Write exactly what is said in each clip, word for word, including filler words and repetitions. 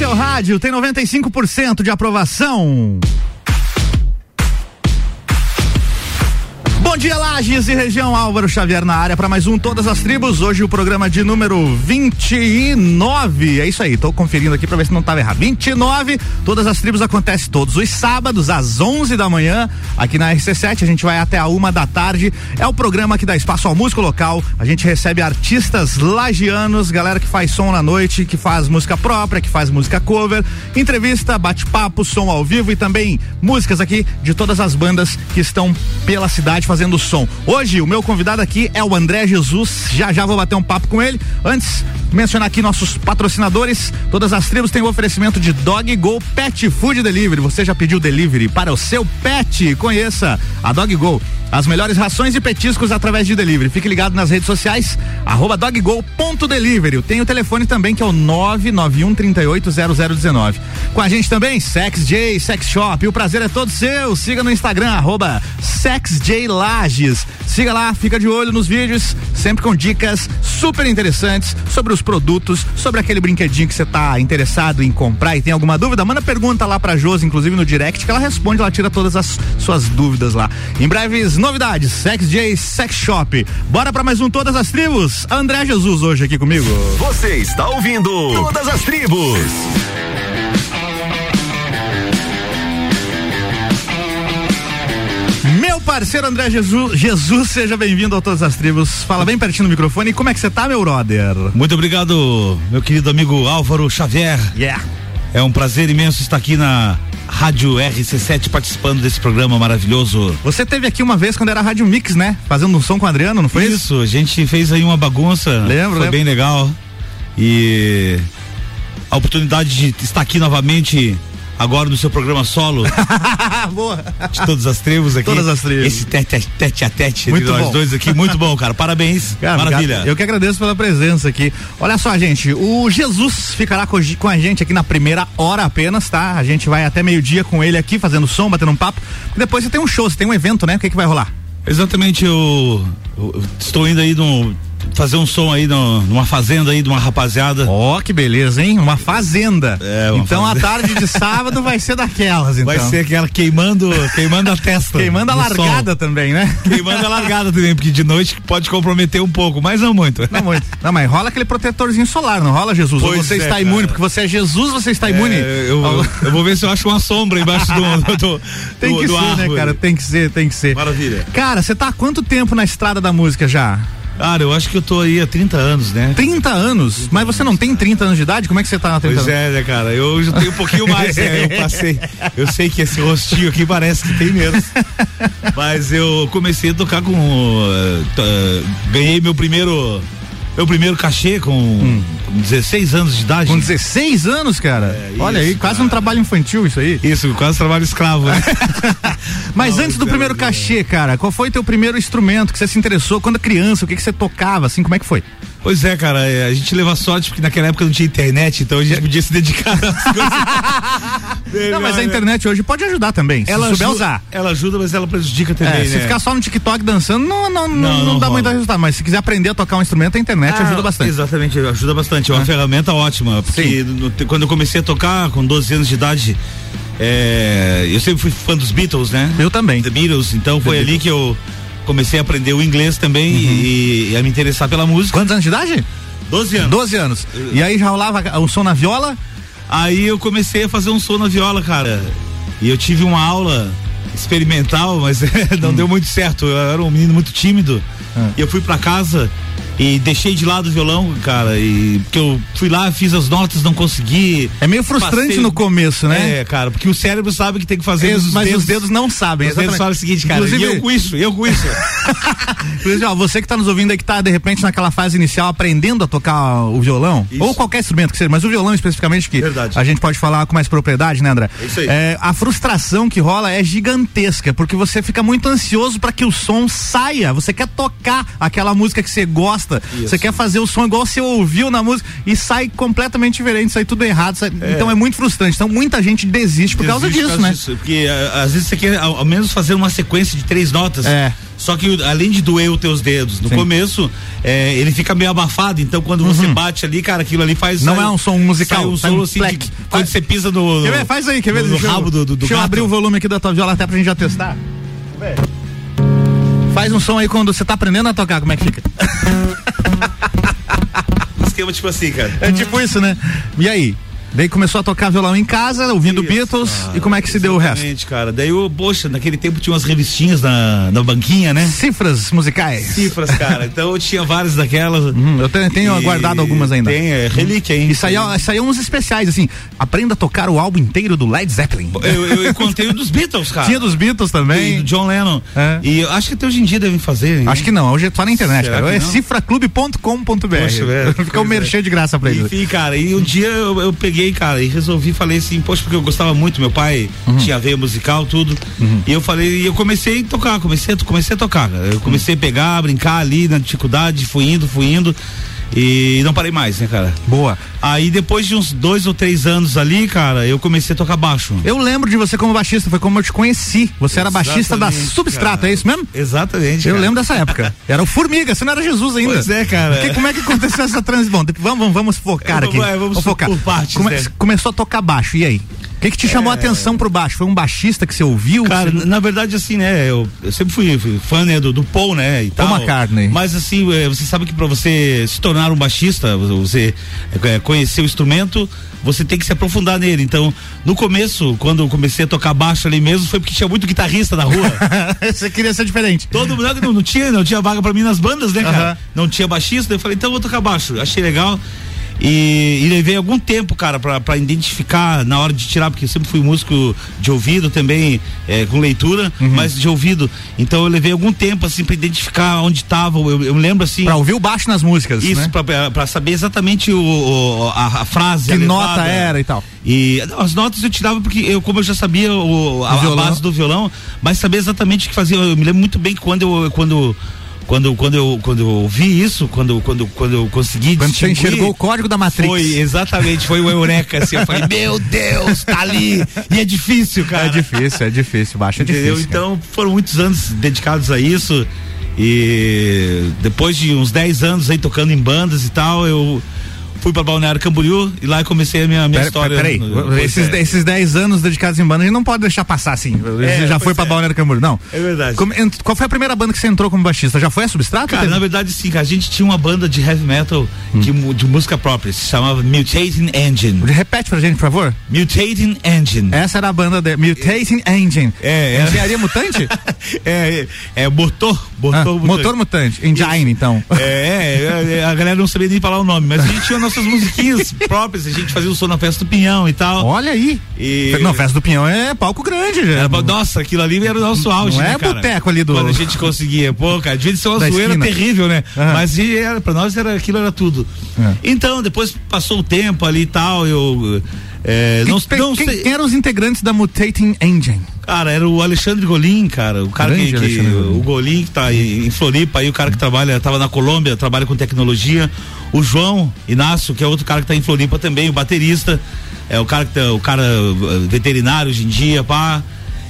seu rádio tem noventa e cinco por cento de aprovação. Bom dia, Lages e região. Álvaro Xavier na área para mais um Todas as Tribos. Hoje o programa de número vinte e nove. É isso aí, tô conferindo aqui para ver se não estava errado. vinte e nove. Todas as Tribos acontece todos os sábados às onze da manhã aqui na R C sete. A gente vai até a uma da tarde. É o programa que dá espaço ao músico local. A gente recebe artistas lagianos, galera que faz som na noite, que faz música própria, que faz música cover, entrevista, bate-papo, som ao vivo e também músicas aqui de todas as bandas que estão pela cidade fazendo som. Hoje o meu convidado aqui é o André Jesus. Já já vou bater um papo com ele. Antes, mencionar aqui nossos patrocinadores. Todas as Tribos têm o oferecimento de Dog Go Pet Food Delivery. Você já pediu delivery para o seu pet? Conheça a Dog Go. As melhores rações e petiscos através de delivery. Fique ligado nas redes sociais, arroba doggo.delivery. Tem o telefone também que é o nove nove um, três oito, zero zero um nove. Com a gente também, SexJ Sex Shop. O prazer é todo seu. Siga no Instagram, arroba SexJLages. Siga lá, fica de olho nos vídeos, sempre com dicas super interessantes sobre os produtos, sobre aquele brinquedinho que você tá interessado em comprar e tem alguma dúvida, manda pergunta lá pra Josi, inclusive no direct, que ela responde, ela tira todas as suas dúvidas lá. Em breves novidades, SexJ Sex Shop. Bora pra mais um Todas as Tribos. André Jesus hoje aqui comigo. Você está ouvindo Todas as Tribos. Meu parceiro André Jesus, Jesus, seja bem-vindo a Todas as Tribos. Fala bem pertinho do microfone. E como é que você tá, meu brother? Muito obrigado, meu querido amigo Álvaro Xavier. Yeah. É um prazer imenso estar aqui na Rádio R C sete participando desse programa maravilhoso. Você teve aqui uma vez quando era Rádio Mix, né? Fazendo um som com o Adriano, não foi isso? Isso, a gente fez aí uma bagunça. Lembro, Foi lembro. bem legal. E a oportunidade de estar aqui novamente agora no seu programa solo. Boa. De Todas as Tribos aqui. Todas as Tribos. Esse tete a tete, a tete Muito entre nós bom. dois aqui, muito bom, cara. Parabéns. Cara, maravilha. obrigado. Eu que agradeço pela presença aqui. Olha só, gente, o Jesus ficará co- com a gente aqui na primeira hora apenas, tá? A gente vai até meio-dia com ele aqui, fazendo som, batendo um papo. E depois você tem um show, você tem um evento, né? O que que vai rolar? Exatamente, eu, eu estou indo aí no, fazer um som aí no, numa fazenda aí de uma rapaziada. Ó, oh, que beleza, hein? Uma fazenda. É, uma então fazenda. a tarde de sábado vai ser daquelas, então. Vai ser aquela queimando, queimando a testa. Queimando a no largada som. também, né? Queimando a largada também, porque de noite pode comprometer um pouco, mas não muito. Não muito. Não, mas rola aquele protetorzinho solar, não rola, Jesus? Ou Pois você é, está cara. imune, porque você é Jesus, você está imune? É, eu, eu vou ver se eu acho uma sombra embaixo do, do, Tem do, que do ser, árvore. né, cara? Tem que ser, tem que ser. Maravilha. Cara, você tá há quanto tempo na estrada da música já? Cara, eu acho que eu tô aí há trinta anos, né? trinta anos? Mas você não tem trinta anos de idade? Como é que você tá na trinta Pois anos? é, né, cara? Eu já tenho um pouquinho mais, né? Eu passei. Eu sei que esse rostinho aqui parece que tem menos. Mas eu comecei a tocar com. Uh, uh, ganhei meu primeiro. Meu primeiro cachê com, hum. com dezesseis anos de idade. Com dezesseis anos, cara? É, Olha isso, aí, quase cara. um trabalho infantil isso aí. Isso, quase trabalho escravo, né? Mas Não, antes do é, primeiro é. cachê, cara, qual foi teu primeiro instrumento que você se interessou quando criança? O que que você tocava, assim, como é que foi? Pois é, cara, a gente leva sorte porque naquela época não tinha internet, então a gente podia se dedicar às coisas. Não, mas a internet hoje pode ajudar também, se ela souber ajuda, usar. Ela ajuda, mas ela prejudica também, É, né? se ficar só no TikTok dançando, não, não, não, Não, não não dá rola. muito resultado. Mas se quiser aprender a tocar um instrumento, a internet Ah, ajuda bastante. Exatamente, ajuda bastante. É uma Ah. ferramenta ótima. Porque no- quando eu comecei a tocar com doze anos de idade, é, eu sempre fui fã dos Beatles, né? Eu também. The Beatles, então foi The ali que eu comecei a aprender o inglês também Uhum. e, e a me interessar pela música. Quantos anos de idade? doze anos. doze anos. E aí já rolava o som na viola? Aí eu comecei a fazer um som na viola, cara. E eu tive uma aula experimental, mas não Hum. deu muito certo. Eu era um menino muito tímido. Ah. E eu fui pra casa e deixei de lado o violão, cara. E porque eu fui lá, fiz as notas, não consegui. É meio frustrante Passei- no começo, né? É, cara, porque o cérebro sabe que tem que fazer. Ex- os mas dedos, os dedos não sabem. Os dedos exatamente. falam o seguinte, cara. Inclusive, E eu com isso, eu com isso. Inclusive, ó, você que tá nos ouvindo aí que tá de repente naquela fase inicial aprendendo a tocar o violão, Isso. ou qualquer instrumento que seja, mas o violão especificamente que Verdade. a gente pode falar com mais propriedade, né, André? É isso aí. É, a frustração que rola é gigantesca, porque você fica muito ansioso para que o som saia, você quer tocar aquela música que você gosta, Isso. você quer fazer o som igual você ouviu na música e sai completamente diferente, sai tudo errado, sai- É. então é muito frustrante, então muita gente desiste por causa Desiste disso, por né? disso, porque a- às vezes você quer ao, ao menos fazer uma sequência de três notas. É. Só que além de doer os teus dedos, no Sim. começo, é, ele fica meio abafado, então quando uhum. você bate ali, cara, aquilo ali faz... Não sai, é um som musical, um som assim, de, quando você pisa no... Quer ver? Faz aí, quer ver? No, no rabo do, do, do Deixa gato. Eu abrir o volume aqui da tua viola até pra gente já testar. Deixa eu ver. Faz um som aí quando você tá aprendendo a tocar, como é que fica? Um esquema tipo assim, cara. É tipo isso, né? E aí? Daí começou a tocar violão em casa, ouvindo Isso, Beatles, cara, e como é que se deu o resto? Exatamente, cara. Daí eu, poxa, naquele tempo tinha umas revistinhas na, na banquinha, né? Cifras musicais. Cifras, cara. Então eu tinha várias daquelas. Uhum, eu tenho, tenho guardado algumas ainda. Tem, é relíquia, hein? E saíam saía uns especiais, assim, aprenda a tocar o álbum inteiro do Led Zeppelin. Eu, eu, eu contei o dos Beatles, cara. Tinha dos Beatles também. E do John Lennon. É. E eu acho que até hoje em dia devem fazer, hein? Acho que não, hoje é só na internet, Será cara. É cifra clube ponto com ponto b r. Fica um merchan de graça pra eles. Enfim, cara, e um dia eu, eu peguei, cara, e resolvi e falei assim, poxa, porque eu gostava muito, meu pai uhum. tinha veia musical, tudo, uhum. e eu falei, e eu comecei a tocar, comecei a, comecei a tocar, eu comecei uhum. a pegar, brincar ali na dificuldade, fui indo, fui indo, e não parei mais, né, cara? Boa. Aí depois de uns dois ou três anos ali, cara, eu comecei a tocar baixo. Eu lembro de você como baixista, foi como eu te conheci. Você era baixista da Substrato, é isso mesmo? Exatamente. Eu cara. lembro dessa época. Era o Formiga, você não era Jesus ainda. Pois é, cara. Porque, como é que aconteceu essa transição? Vamos, vamos, vamos focar aqui. Vai, vamos, vamos focar. Por partes, Come, né? Começou a tocar baixo, e aí? O que que te chamou é... a atenção pro baixo? Foi um baixista que você ouviu? Cara, você... na verdade, assim, né, eu, eu sempre fui, fui fã, né, do, do Paul, né, e Paul tal. McCartney. Mas, assim, você sabe que pra você se tornar um baixista, você é, conhecer o instrumento, você tem que se aprofundar nele. Então, no começo, quando eu comecei a tocar baixo ali mesmo, foi porque tinha muito guitarrista na rua. Você queria ser diferente. Todo mundo, não, não tinha, não tinha vaga pra mim nas bandas, né, cara? Uh-huh. Não tinha baixista, eu falei, então eu vou tocar baixo. Achei legal. E, e levei algum tempo, cara, pra, pra identificar na hora de tirar, porque eu sempre fui músico de ouvido também, é, com leitura, uhum. mas de ouvido. Então eu levei algum tempo, assim, pra identificar onde tava. Eu, eu lembro, assim. Pra ouvir o baixo nas músicas. Isso, né? pra, pra, pra saber exatamente o, o a, a frase. Que a nota era e tal. E não, as notas eu tirava porque eu, como eu já sabia o, a, a base do violão, mas sabia exatamente o que fazia. Eu me lembro muito bem que quando eu. Quando, Quando, quando, eu, quando eu ouvi isso, quando, quando, quando eu consegui Quando você enxergou o código da Matrix. Foi, exatamente, foi o Eureka, assim, eu falei, meu Deus, tá ali, e é difícil, cara. É difícil, é difícil, baixo é Entendeu? difícil. Então, foram muitos anos dedicados a isso, e depois de uns dez anos aí tocando em bandas e tal, eu fui pra Balneário Camboriú e lá eu comecei a minha, minha pera, história. Peraí, no, esses, é. esses dez anos dedicados em banda, a gente não pode deixar passar assim. Você é, já foi pra é. Balneário Camboriú, não? É verdade. Como, qual foi a primeira banda que você entrou como baixista? Já foi a Substrato? Cara, na verdade sim, a gente tinha uma banda de heavy metal hum. de, de música própria, se chamava Mutating Engine. Repete pra gente, por favor. Mutating Engine. Essa era a banda de Mutating Engine. É, é. Engenharia mutante? é, é, é motor, motor ah, mutante. Motor mutante, Engine, então. É, é, a galera não sabia nem falar o nome, mas a gente tinha nossas musiquinhas próprias, a gente fazia o som na Festa do Pinhão e tal. Olha aí. E... Não, Festa do Pinhão é palco grande, já. Era, nossa, aquilo ali era o nosso auge, não né, é cara? boteco ali do... Quando a gente conseguia, pô, cara, devia ser uma da zoeira esquina. terrível, né? Uhum. Mas era, pra nós era, aquilo era tudo. Uhum. Então, depois passou o tempo ali e tal, eu... É, quem, não, não quem, sei. quem eram os integrantes da Mutating Engine? Cara, era o Alexandre Golim, cara, o cara Grande que, que o Golim que tá em Floripa, aí o cara que trabalha, tava na Colômbia, trabalha com tecnologia, o João Inácio, que é outro cara que tá em Floripa também, o baterista, é o cara que tá, o cara veterinário hoje em dia, pá,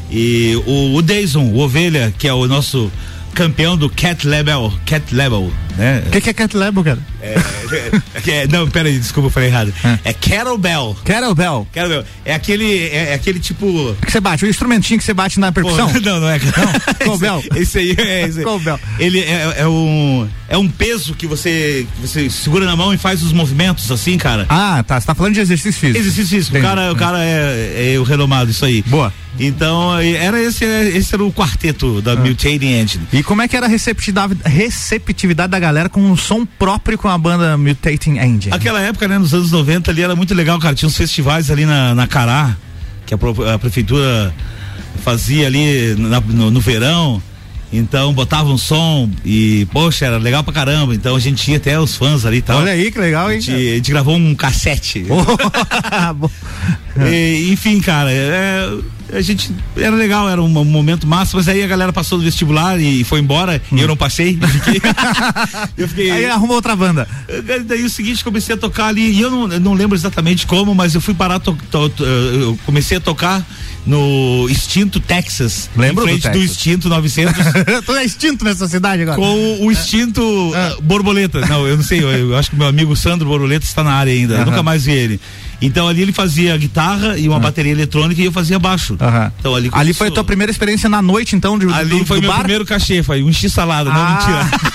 e o, o Deison, o Ovelha, que é o nosso campeão do Cat Level, Cat Level, né? O que, que é Cat Level, cara? É, é, é, não, peraí, desculpa, eu falei errado. É, é Kettlebell. Kettlebell. Kettlebell. É aquele, é, é aquele tipo... Que você bate, o instrumentinho que você bate na percussão? Pô, não, não é. Não, Colbell. Esse aí é... Esse, Colbell. Ele é, é um... É um peso que você, que você segura na mão e faz os movimentos assim, cara. Ah, tá, você tá falando de exercício físico. Exercício físico, o cara, o cara é, é o renomado, isso aí. Boa. Então, era esse, esse era o quarteto da ah. Mutating Engine. E como é que era a receptividade, receptividade da galera com um som próprio com a banda Mutating Engine? Aquela época, né, nos anos noventa ali era muito legal, cara. Tinha uns festivais ali na, na Cará, que a, a prefeitura fazia ali na, no, no verão. Então botava um som e, poxa, era legal pra caramba. Então a gente tinha até os fãs ali e tal. Olha aí que legal, hein? A gente, a gente gravou um cassete. Oh, e, enfim, cara, é, a gente, era legal, era um momento massa, mas aí a galera passou do vestibular e foi embora, hum. e eu não passei, eu fiquei, eu fiquei aí arrumou outra banda. Daí o seguinte, comecei a tocar ali, e eu não, eu não lembro exatamente como, mas eu fui parar, to, to, to, eu comecei a tocar no extinto Texas. Lembro em frente do, do extinto novecentos. Tu é extinto nessa cidade agora. Com o extinto uh, Borboleta. Não, eu não sei, eu, eu acho que meu amigo Sandro Borboleta está na área ainda. Uh-huh. Eu nunca mais vi ele. Então ali ele fazia guitarra e uma uhum. bateria eletrônica e eu fazia baixo. Uhum. Então, ali, ali foi a tua primeira experiência na noite, então, de, ali do, foi do meu bar? primeiro cachê, foi um x-salada, ah. não,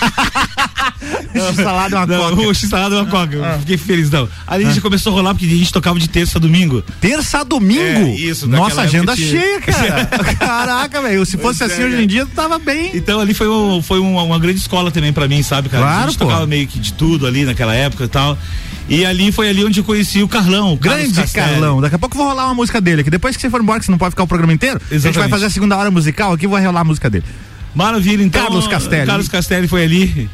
mentira. Um x-salada e uma não, coca. Um x-salada e uma coca, eu ah. fiquei feliz, não. Ali ah. já começou a rolar, porque a gente tocava de terça a domingo. Terça a domingo? É, isso. Nossa, agenda cheia, cara. Caraca, velho, se fosse pois assim é, hoje em dia, tu tava bem. Então ali foi, um, foi uma, uma grande escola também pra mim, sabe, cara? Claro, a gente pô. tocava meio que de tudo ali naquela época e tal. E ali foi ali onde eu conheci o Carlão. O Grande Carlão. Daqui a pouco eu vou rolar uma música dele aqui. Depois que você for embora, que você não pode ficar o programa inteiro, exatamente. A gente vai fazer a segunda hora musical aqui e vou rolar a música dele. Maravilha, então. Carlos Castelli. Carlos Castelli foi ali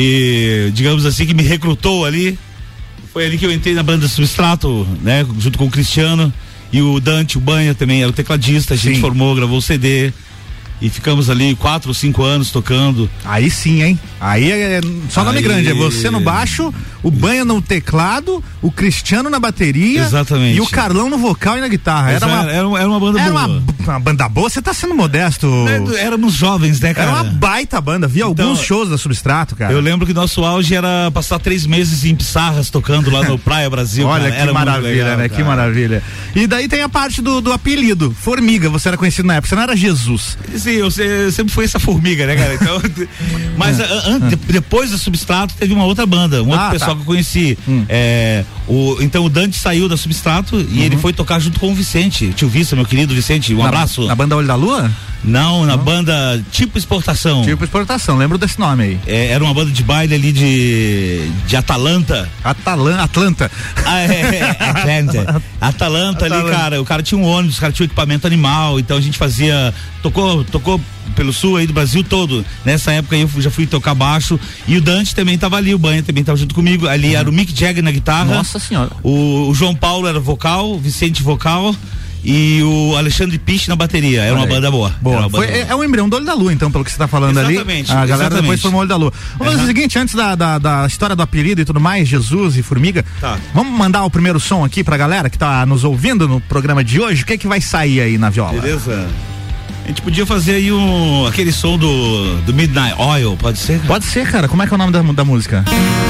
e, digamos assim, que me recrutou ali. Foi ali que eu entrei na banda Substrato, né? Junto com o Cristiano e o Dante, o Banha também, era o tecladista. A gente Sim. formou, gravou o C D. E ficamos ali quatro ou cinco anos tocando. Aí sim, hein? Aí é só Aí... nome grande, é você no baixo, o Banha no teclado, o Cristiano na bateria. Exatamente. E o Carlão no vocal e na guitarra. Era uma, era, uma, era uma banda era boa. Uma, uma banda boa, você tá sendo modesto. É, éramos jovens, né, cara? Era uma baita banda, vi então, alguns shows da Substrato, cara. Eu lembro que nosso auge era passar três meses em Pissarras tocando lá no Praia Brasil. Olha, cara. que era maravilha, legal, né? Cara. Que maravilha. E daí tem a parte do, do apelido, Formiga, você era conhecido na época, você não era Jesus. Sim, eu, eu sempre fui essa formiga, né, cara? Então, mas a, a, depois do Substrato teve uma outra banda, um outro ah, pessoal tá. que eu conheci. Hum. É, o, então o Dante saiu da Substrato e uhum. ele foi tocar junto com o Vicente, tio Vista, meu querido Vicente, um na, abraço. Na banda Olho da Lua? Não, na Não. banda Tipo Exportação. Tipo Exportação, lembro desse nome aí. É, era uma banda de baile ali de de Atalanta. Atalan, Atlanta. Ah, é, Atlanta. Atalanta ali, cara, o cara tinha um ônibus, o cara tinha um equipamento animal, então a gente fazia, tocou, tocou pelo sul aí do Brasil todo. Nessa época aí eu já fui tocar baixo e o Dante também tava ali, o Banha também tava junto comigo. Ali uhum. era o Mick Jagger na guitarra. Nossa senhora. O, o João Paulo era vocal, o Vicente vocal. E o Alexandre Piche na bateria. Era uma banda boa. boa. Uma banda Foi, boa. É um embrião do Olho da Lua, então, pelo que você tá falando exatamente, ali. A galera exatamente. depois formou o Olho da Lua. Vamos uhum. fazer o seguinte, antes da, da, da história do apelido e tudo mais, Jesus e Formiga, tá. vamos mandar o primeiro som aqui pra galera que tá nos ouvindo no programa de hoje. O que é que vai sair aí na viola? Beleza. A gente podia fazer aí um, aquele som do, do Midnight Oil, pode ser? Cara? Pode ser, cara. Como é que é o nome da, da música?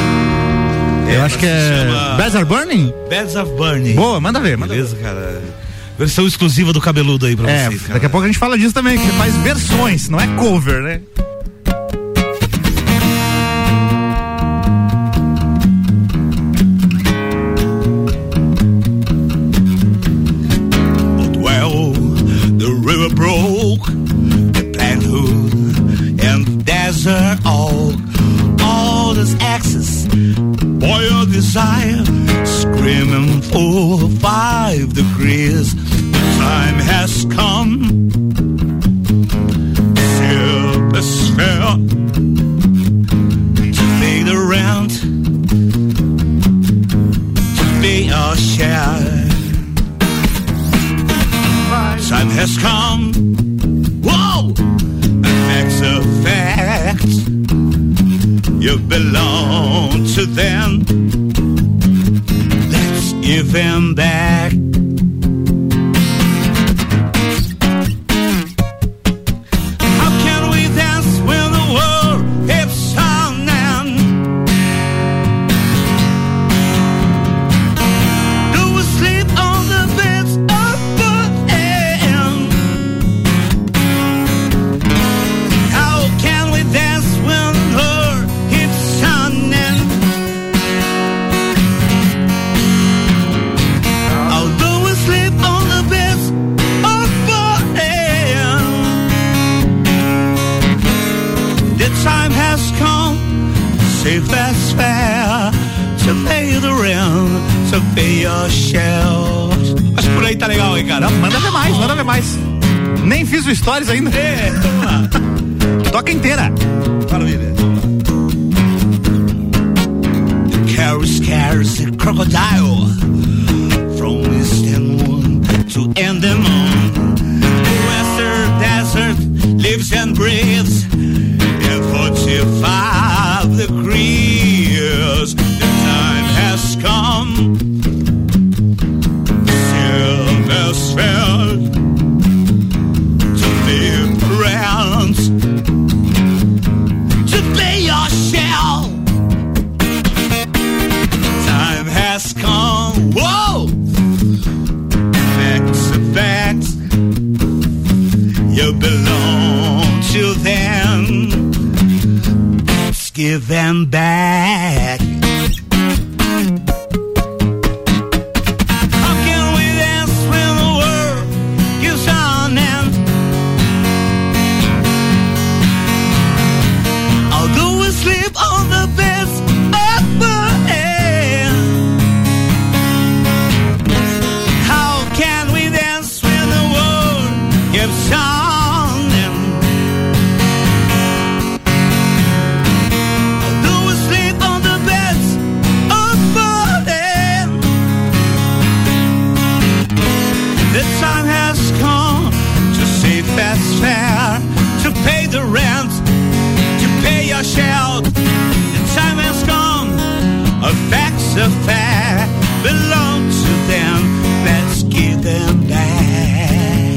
É, Eu acho que é Beds Are Burning? Beds Are Burning. Boa, manda ver. Manda Beleza, ver. cara. Versão exclusiva do Cabeludo aí pra é, vocês, cara. Daqui a pouco a gente fala disso também, que você faz versões, não é cover, né? But well, the river broke, the plant hood and the desert oak. All this access, boy, your desire, screaming for five degrees. The time has come, silver sphere, to pay the rent, to pay our share. Time has come, whoa, and facts are facts. You belong to them. Let's give them back. How can we dance when the world is turning? Do we sleep on the beds of burden? How can we dance when the world keeps turning? How do we sleep on the beds of burden? The time has come, save that's fair, to pay the rent, to pay your shells. Acho que por aí tá legal, hein, cara? Não, manda ver mais, manda ver mais. Nem fiz o stories ainda. É, vamos lá. Toca inteira. Maravilha. The carries carries a crocodile from eastern moon to end the moon. give them back. How can we dance when the world gives on and although we sleep on the beds of air, how can we dance when the world gives on? That's fair to pay the rent, to pay your share. The time has come, a fact's affair belongs to them. Let's give them back.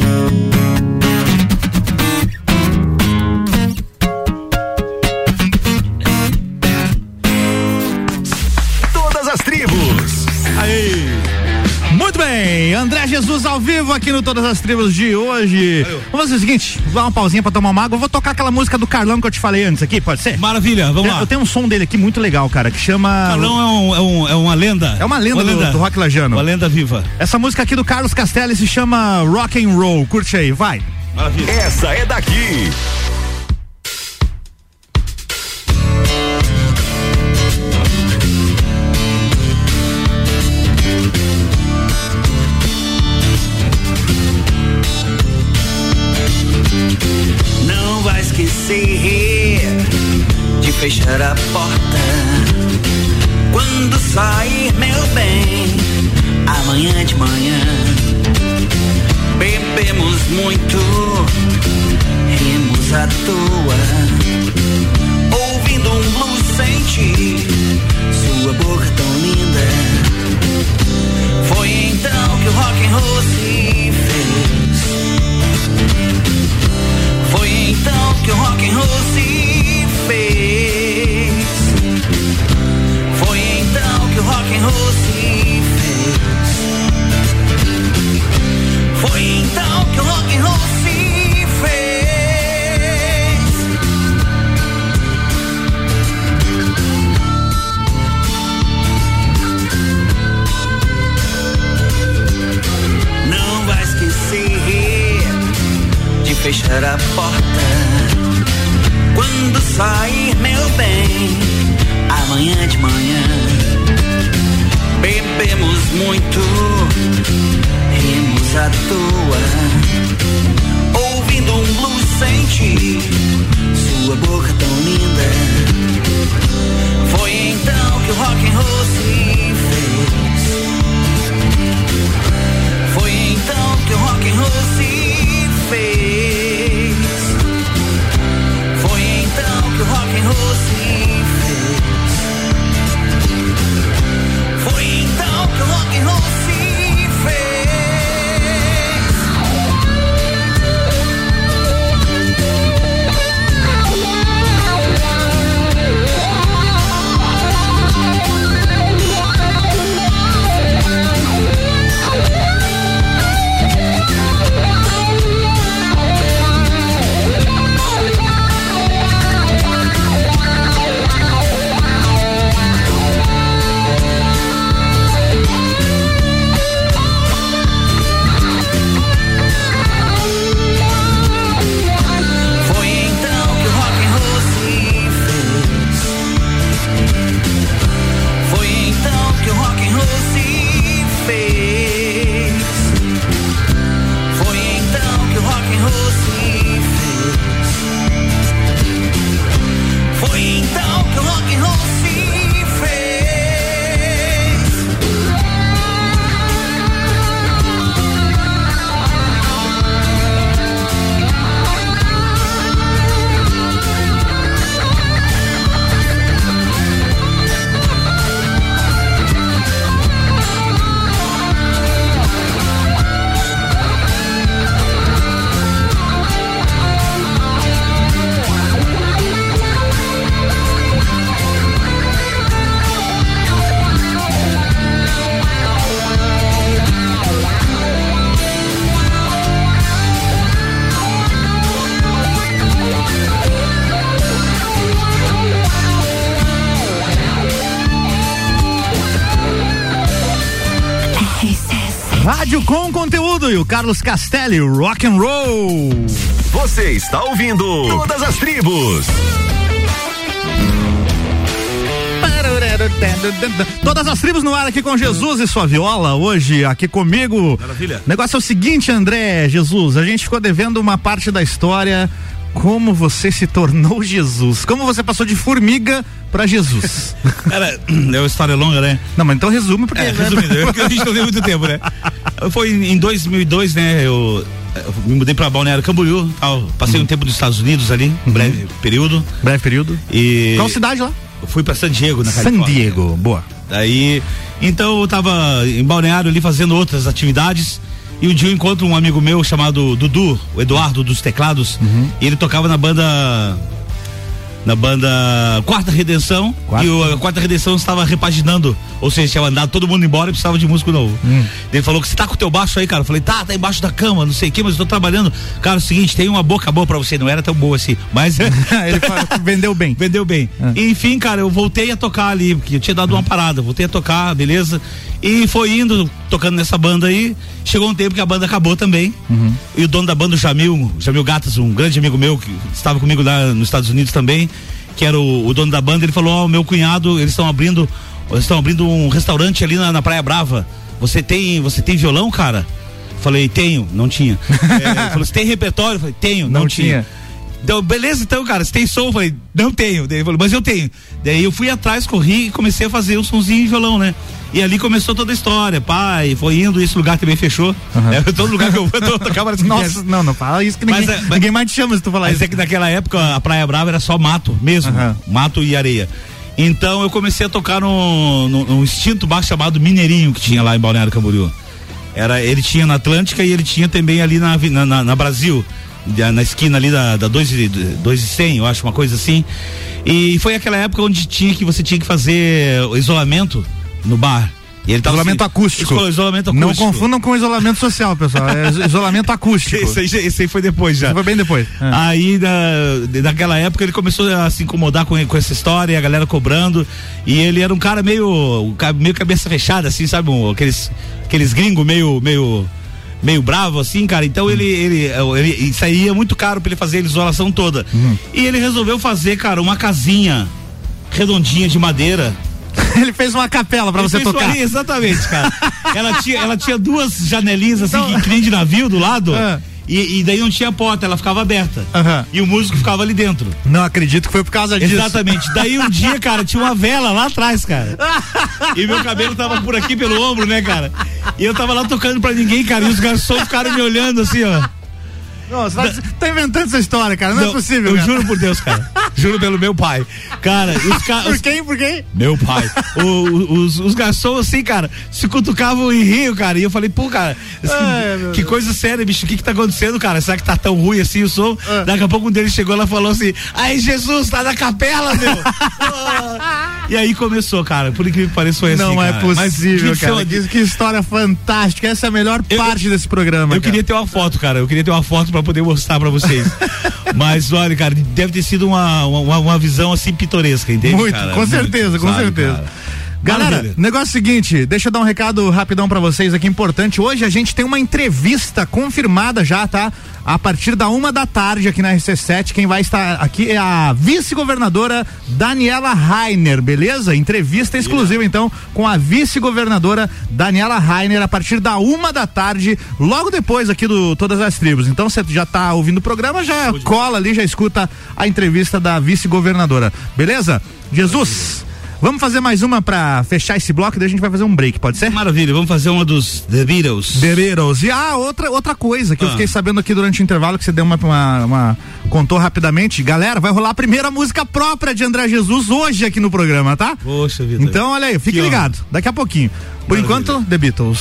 Todas as tribos. Aí. Muito bem, André Jesus ao vivo aqui no Todas as Tribos de hoje. Valeu. Vamos fazer o seguinte, vou dar uma pausinha pra tomar uma água, eu vou tocar aquela música do Carlão que eu te falei antes aqui, pode ser? Maravilha, vamos eu, lá. Eu tenho um som dele aqui muito legal, cara, que chama... Carlão é, um, é, um, é uma lenda. É uma lenda, uma do, lenda do rock lajano. Uma lenda viva. Essa música aqui do Carlos Castelli se chama Rock and Roll, curte aí, vai. Maravilha. Essa é daqui. De fechar a porta quando sair, meu bem, amanhã de manhã. Bebemos muito, rimos à toa, ouvindo um blues sem ti, sua boca tão linda. Foi então que o rock and roll se fez. Foi então que o rock and roll se fez. Foi então que o rock and roll se fez. Foi então que o rock and roll se fez. Não vai esquecer de fechar a porta quando sair, meu bem, amanhã de manhã. Bebemos muito, rimos à toa, ouvindo um blues sem ti, sua boca tão linda. Foi então que o rock and roll se fez. Foi então que o rock and roll se fez. Foi então que o rock and roll se fez. Foi então que o rock and roll se fez. Rádio com conteúdo e o Carlos Castelli, rock and roll. Você está ouvindo Todas as Tribos. Todas as tribos no ar aqui com Jesus e sua viola, hoje aqui comigo. Maravilha. O negócio é o seguinte, André, Jesus, a gente ficou devendo uma parte da história, como você se tornou Jesus, como você passou de formiga pra Jesus. Cara, é uma história longa, né? Não, mas então resume, porque... É, resumindo, porque a gente não tem muito tempo, né? Foi em dois mil e dois, né, eu, eu me mudei pra Balneário Camboriú, tal, passei uhum. um tempo nos Estados Unidos ali, um breve uhum. período. Breve período. E... Qual cidade lá? Eu fui pra San Diego, na San Califórnia. Diego, boa. Daí, então eu tava em Balneário ali fazendo outras atividades e um dia eu encontro um amigo meu chamado Dudu, o Eduardo dos teclados, uhum. e ele tocava na banda na banda Quarta Redenção. Quarta. E o, a Quarta Redenção estava repaginando, ou seja, tinha mandado todo mundo embora e precisava de músico novo. Hum. Ele falou que você tá com o teu baixo aí, cara. Eu falei, tá, tá embaixo da cama, não sei o que, mas eu tô trabalhando. Cara, é o seguinte, tem uma boca boa pra você, não era tão boa assim, mas... Ele falou, vendeu bem. Vendeu bem. Ah. E, enfim, cara, eu voltei a tocar ali, porque eu tinha dado uma parada, voltei a tocar, beleza? E foi indo, tocando nessa banda aí, chegou um tempo que a banda acabou também, uhum. e o dono da banda, o Jamil, Jamil Gatas, um grande amigo meu, que estava comigo lá nos Estados Unidos também, que era o, o dono da banda, ele falou, ó, oh, meu cunhado, eles estão abrindo, eles estão abrindo um restaurante ali na, na Praia Brava, você tem, você tem violão, cara? Falei, tenho, não tinha. É, ele falou, você tem repertório? Falei, tenho, não, não tinha. tinha. Então, beleza, então, cara, você tem som? Eu falei, não tenho. Daí ele falou, mas eu tenho. Daí eu fui atrás, corri e comecei a fazer um sonzinho em violão, né? E ali começou toda a história, pai, foi indo, esse lugar também fechou. Uhum. É, todo lugar que eu vou, eu tocava nesse Nossa, não, não fala isso que ninguém, mas, mas, ninguém mais te chama se tu falar mas isso. Mas é que naquela época a Praia Brava era só mato mesmo, uhum. mato e areia. Então eu comecei a tocar no, no, no extinto bar chamado Mineirinho, que tinha lá em Balneário Camboriú. Era, ele tinha na Atlântica e ele tinha também ali na, na, na, na Brasil, na esquina ali da, da dois e cem, eu acho, uma coisa assim. E foi aquela época onde tinha que você tinha que fazer o isolamento no bar. E ele tava isolamento assim, acústico. Isolamento acústico. Não confundam com isolamento social, pessoal. É isolamento acústico. Esse aí, esse aí foi depois já. Esse foi bem depois. É. Aí, na, naquela época, ele começou a se incomodar com, com essa história, e a galera cobrando. E ele era um cara meio, meio cabeça fechada, assim, sabe? Um, aqueles, aqueles gringos meio, meio, meio bravo, assim, cara. Então, uhum. ele, ele, ele, ele saía muito caro pra ele fazer a isolação toda. Uhum. E ele resolveu fazer, cara, uma casinha redondinha de madeira. Ele fez uma capela pra ele você tocar. Ali, exatamente, cara. ela, tinha, ela tinha duas janelinhas assim, então... que nem de navio do lado. Ah. E, e daí não tinha porta, ela ficava aberta. Uhum. E o músico ficava ali dentro. Não acredito que foi por causa disso. Exatamente. Daí um dia, cara, tinha uma vela lá atrás, cara. E meu cabelo tava por aqui pelo ombro, né, cara? E eu tava lá tocando pra ninguém, cara. E os garçons ficaram me olhando assim, ó. Nossa, da... tá inventando essa história, cara. Não, não é possível. Eu cara. juro por Deus, cara. Juro pelo meu pai. Cara, os caras. Por quem? Por quem? Meu pai. o, os, os garçons, assim, cara, se cutucavam e riam, cara. E eu falei, pô, cara, assim, Ai, que Deus. Coisa séria, bicho. O que que tá acontecendo, cara? Será que tá tão ruim assim o som? Ah. Daqui a pouco um deles chegou lá e falou assim: aí, Jesus, tá na capela, meu. ah. E aí começou, cara. Por incrível que pareça, foi assim. Não cara. é possível, Mas, cara. Diz que história fantástica. Essa é a melhor eu, parte desse programa. Eu cara. queria ter uma foto, cara. Eu queria ter uma foto pra poder mostrar pra vocês. Mas olha, cara, deve ter sido uma, uma, uma visão assim pitoresca, entende? Muito, cara? com certeza, Muito, com sabe, certeza. Cara. Galera, Maravilha. negócio é o seguinte, deixa eu dar um recado rapidão pra vocês aqui importante. Hoje a gente tem uma entrevista confirmada já, tá? A partir da uma da tarde aqui na R C sete, quem vai estar aqui é a vice-governadora Daniela Rainer, beleza? Entrevista exclusiva então com a vice-governadora Daniela Rainer a partir da uma da tarde, logo depois aqui do Todas as Tribos. Então você já tá ouvindo o programa, já cola ali, já escuta a entrevista da vice-governadora, beleza? Jesus, vamos fazer mais uma pra fechar esse bloco e daí a gente vai fazer um break, pode ser? Maravilha, vamos fazer uma dos The Beatles. The Beatles. E ah, outra, outra coisa que ah. eu fiquei sabendo aqui durante o intervalo, que você deu uma, uma, uma contou rapidamente. Galera, vai rolar a primeira música própria de André Jesus hoje aqui no programa, tá? Poxa vida. Então, olha aí, fique que ligado. Honra. Daqui a pouquinho. Por Maravilha. enquanto, The Beatles.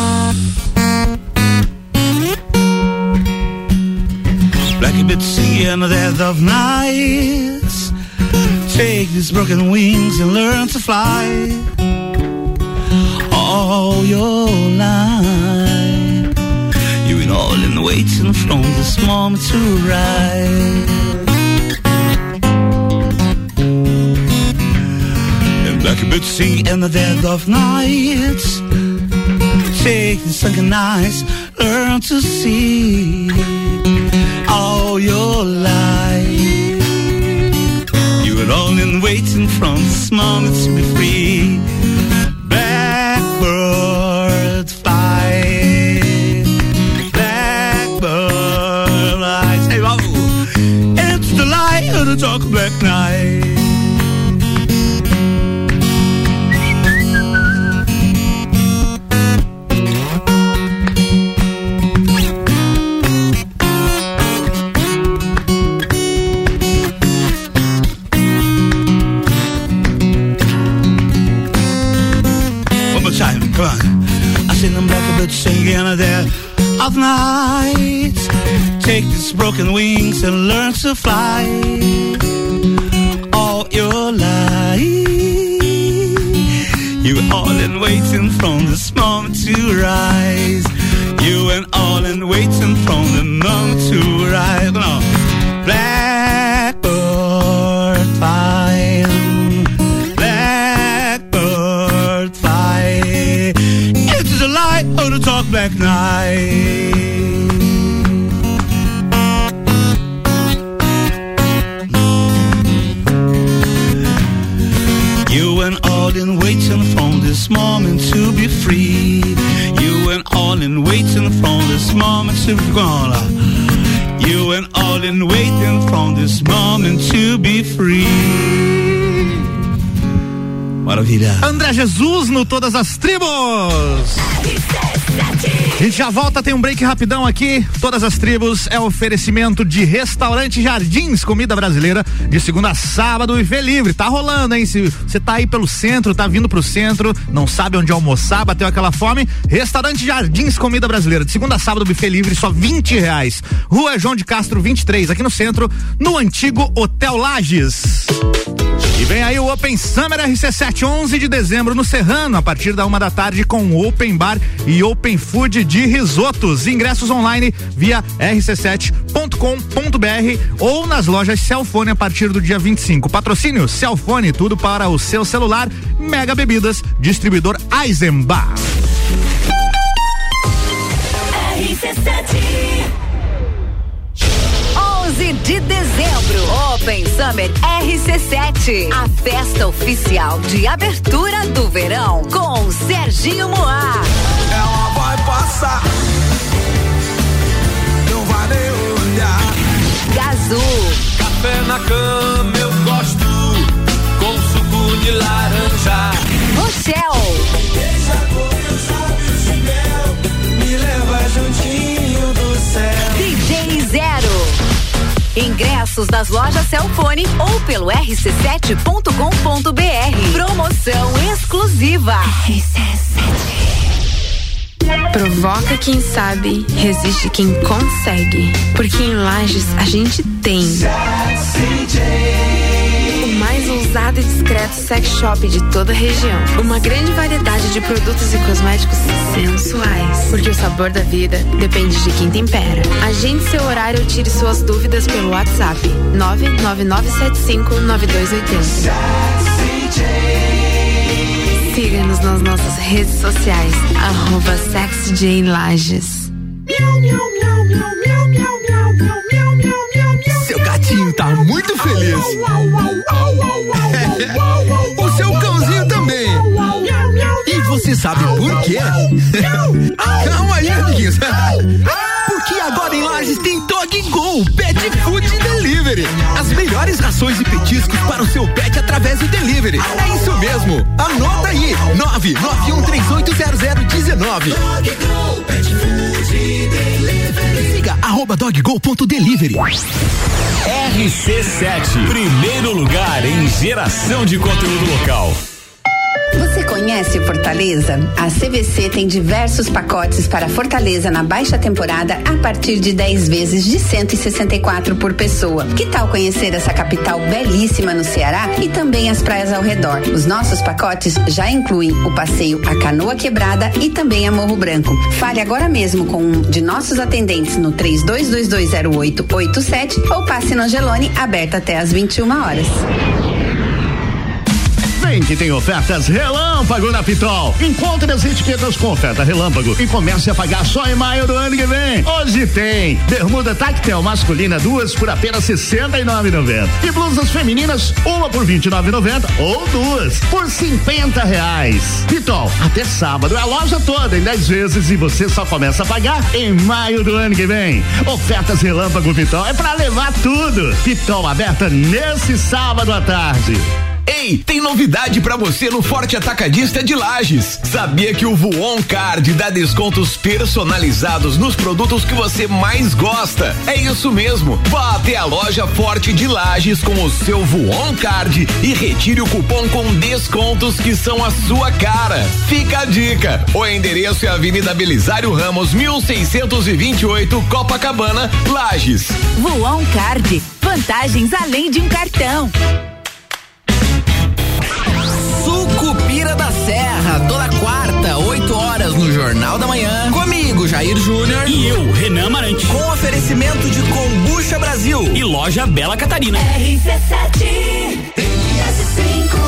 Blackbird singing the dead of nights. Take these broken wings and learn to fly all your life. You've been all in waiting from this moment to rise. And blackbird sing in the dead of night. Take the sunken eyes, learn to see all your life. You were only waiting from this moment to be free. Blackbird fly, blackbird fly. Say, oh, it's the light of the dark black night. Come on. I see them blackbirds singing in the dead of night. Take these broken wings and learn to fly all your life. You were all in waiting from this moment to rise. You were all in waiting from the moment to rise. Come on. Blackbird flying. Oh, the dark black night. You went all in waiting from this moment to be free. You went all in waiting from this moment to be gone. You went all in waiting from this moment to be free. Maravilha. André Jesus no Todas as Tribos. A gente já volta, tem um break rapidão aqui. Todas as Tribos é oferecimento de Restaurante Jardins, comida brasileira, de segunda a sábado, buffet livre. Tá rolando, hein? Se você tá aí pelo centro, tá vindo pro centro, não sabe onde almoçar, bateu aquela fome, Restaurante Jardins, comida brasileira, de segunda a sábado, buffet livre, só vinte reais. Rua João de Castro vinte e três, aqui no centro, no antigo Hotel Lages. E vem aí o Open Summer R C sete, onze de dezembro no Serrano, a partir da uma da tarde, com Open Bar e Open Food de risotos. Ingressos online via r c sete ponto com ponto b r ou nas lojas Celfone a partir do dia vinte e cinco. Patrocínio Celfone, tudo para o seu celular. Mega Bebidas, distribuidor Eisenbach. R C sete. onze de dezembro, Open Summer R C sete, a festa oficial de abertura do verão com Serginho Moá. Ela vai passar, não vai nem olhar. Gazu, café na cama eu gosto, com suco de laranja. Rochelle, Deixa com meus lábios de mel, me leva juntinho do céu. D J Zero. Ingressos nas lojas Celfone ou pelo r c sete ponto com ponto b r. Promoção exclusiva. R C sete. Provoca quem sabe, resiste quem consegue. Porque em Lages a gente tem o mais ousado e discreto sex shop de toda a região. Uma grande variedade de produtos e cosméticos sensuais. Porque o sabor da vida depende de quem tempera. Agende seu horário ou tire suas dúvidas pelo WhatsApp nove nove nove sete cinco nove dois oito zero. Siga-nos nas nossas redes sociais, arroba SexyJLages. Seu gatinho tá muito feliz. O seu cãozinho também. E você sabe por quê? Calma aí, amiguinhos. Porque agora em Lages tem Dog Go, Pet Food Delivery. As melhores rações e petiscos para o seu pet através do delivery. É isso mesmo. Anota aí, nove nove um três oito zero zero um nove. Dog Go, Pet Food Delivery. Siga arroba doggo ponto delivery. R C sete, primeiro lugar em geração de conteúdo local. Você conhece Fortaleza? A C V C tem diversos pacotes para Fortaleza na baixa temporada a partir de dez vezes de cento e sessenta e quatro por pessoa. Que tal conhecer essa capital belíssima no Ceará e também as praias ao redor? Os nossos pacotes já incluem o passeio a Canoa Quebrada e também a Morro Branco. Fale agora mesmo com um de nossos atendentes no três dois dois dois zero oito oito sete ou passe no Angelone, aberta até às vinte e uma horas. Vem Vem que tem ofertas relâmpago na Pitol. Encontre as etiquetas com oferta relâmpago e comece a pagar só em maio do ano que vem. Hoje tem bermuda tactel masculina, duas por apenas sessenta e nove reais e noventa centavos. E blusas femininas, uma por vinte e nove reais e noventa centavos ou duas por cinquenta reais. Pitol, até sábado é a loja toda em dez vezes e você só começa a pagar em maio do ano que vem. Ofertas relâmpago Pitol é pra levar tudo. Pitol aberta nesse sábado à tarde. Ei, tem novidade pra você no Forte Atacadista de Lages. Sabia que o Voon Card dá descontos personalizados nos produtos que você mais gosta? É isso mesmo. Vá até a loja Forte de Lages com o seu Voon Card e retire o cupom com descontos que são a sua cara. Fica a dica. O endereço é Avenida Belisário Ramos, mil seiscentos e vinte e oito, Copacabana, Lages. Voon Card. Vantagens além de um cartão. Sucupira da Serra, toda quarta, oito horas no Jornal da Manhã. Comigo, Jair Júnior. E eu, Renan Amarante. Com oferecimento de Kombucha Brasil e Loja Bela Catarina. R C sete, S cinco,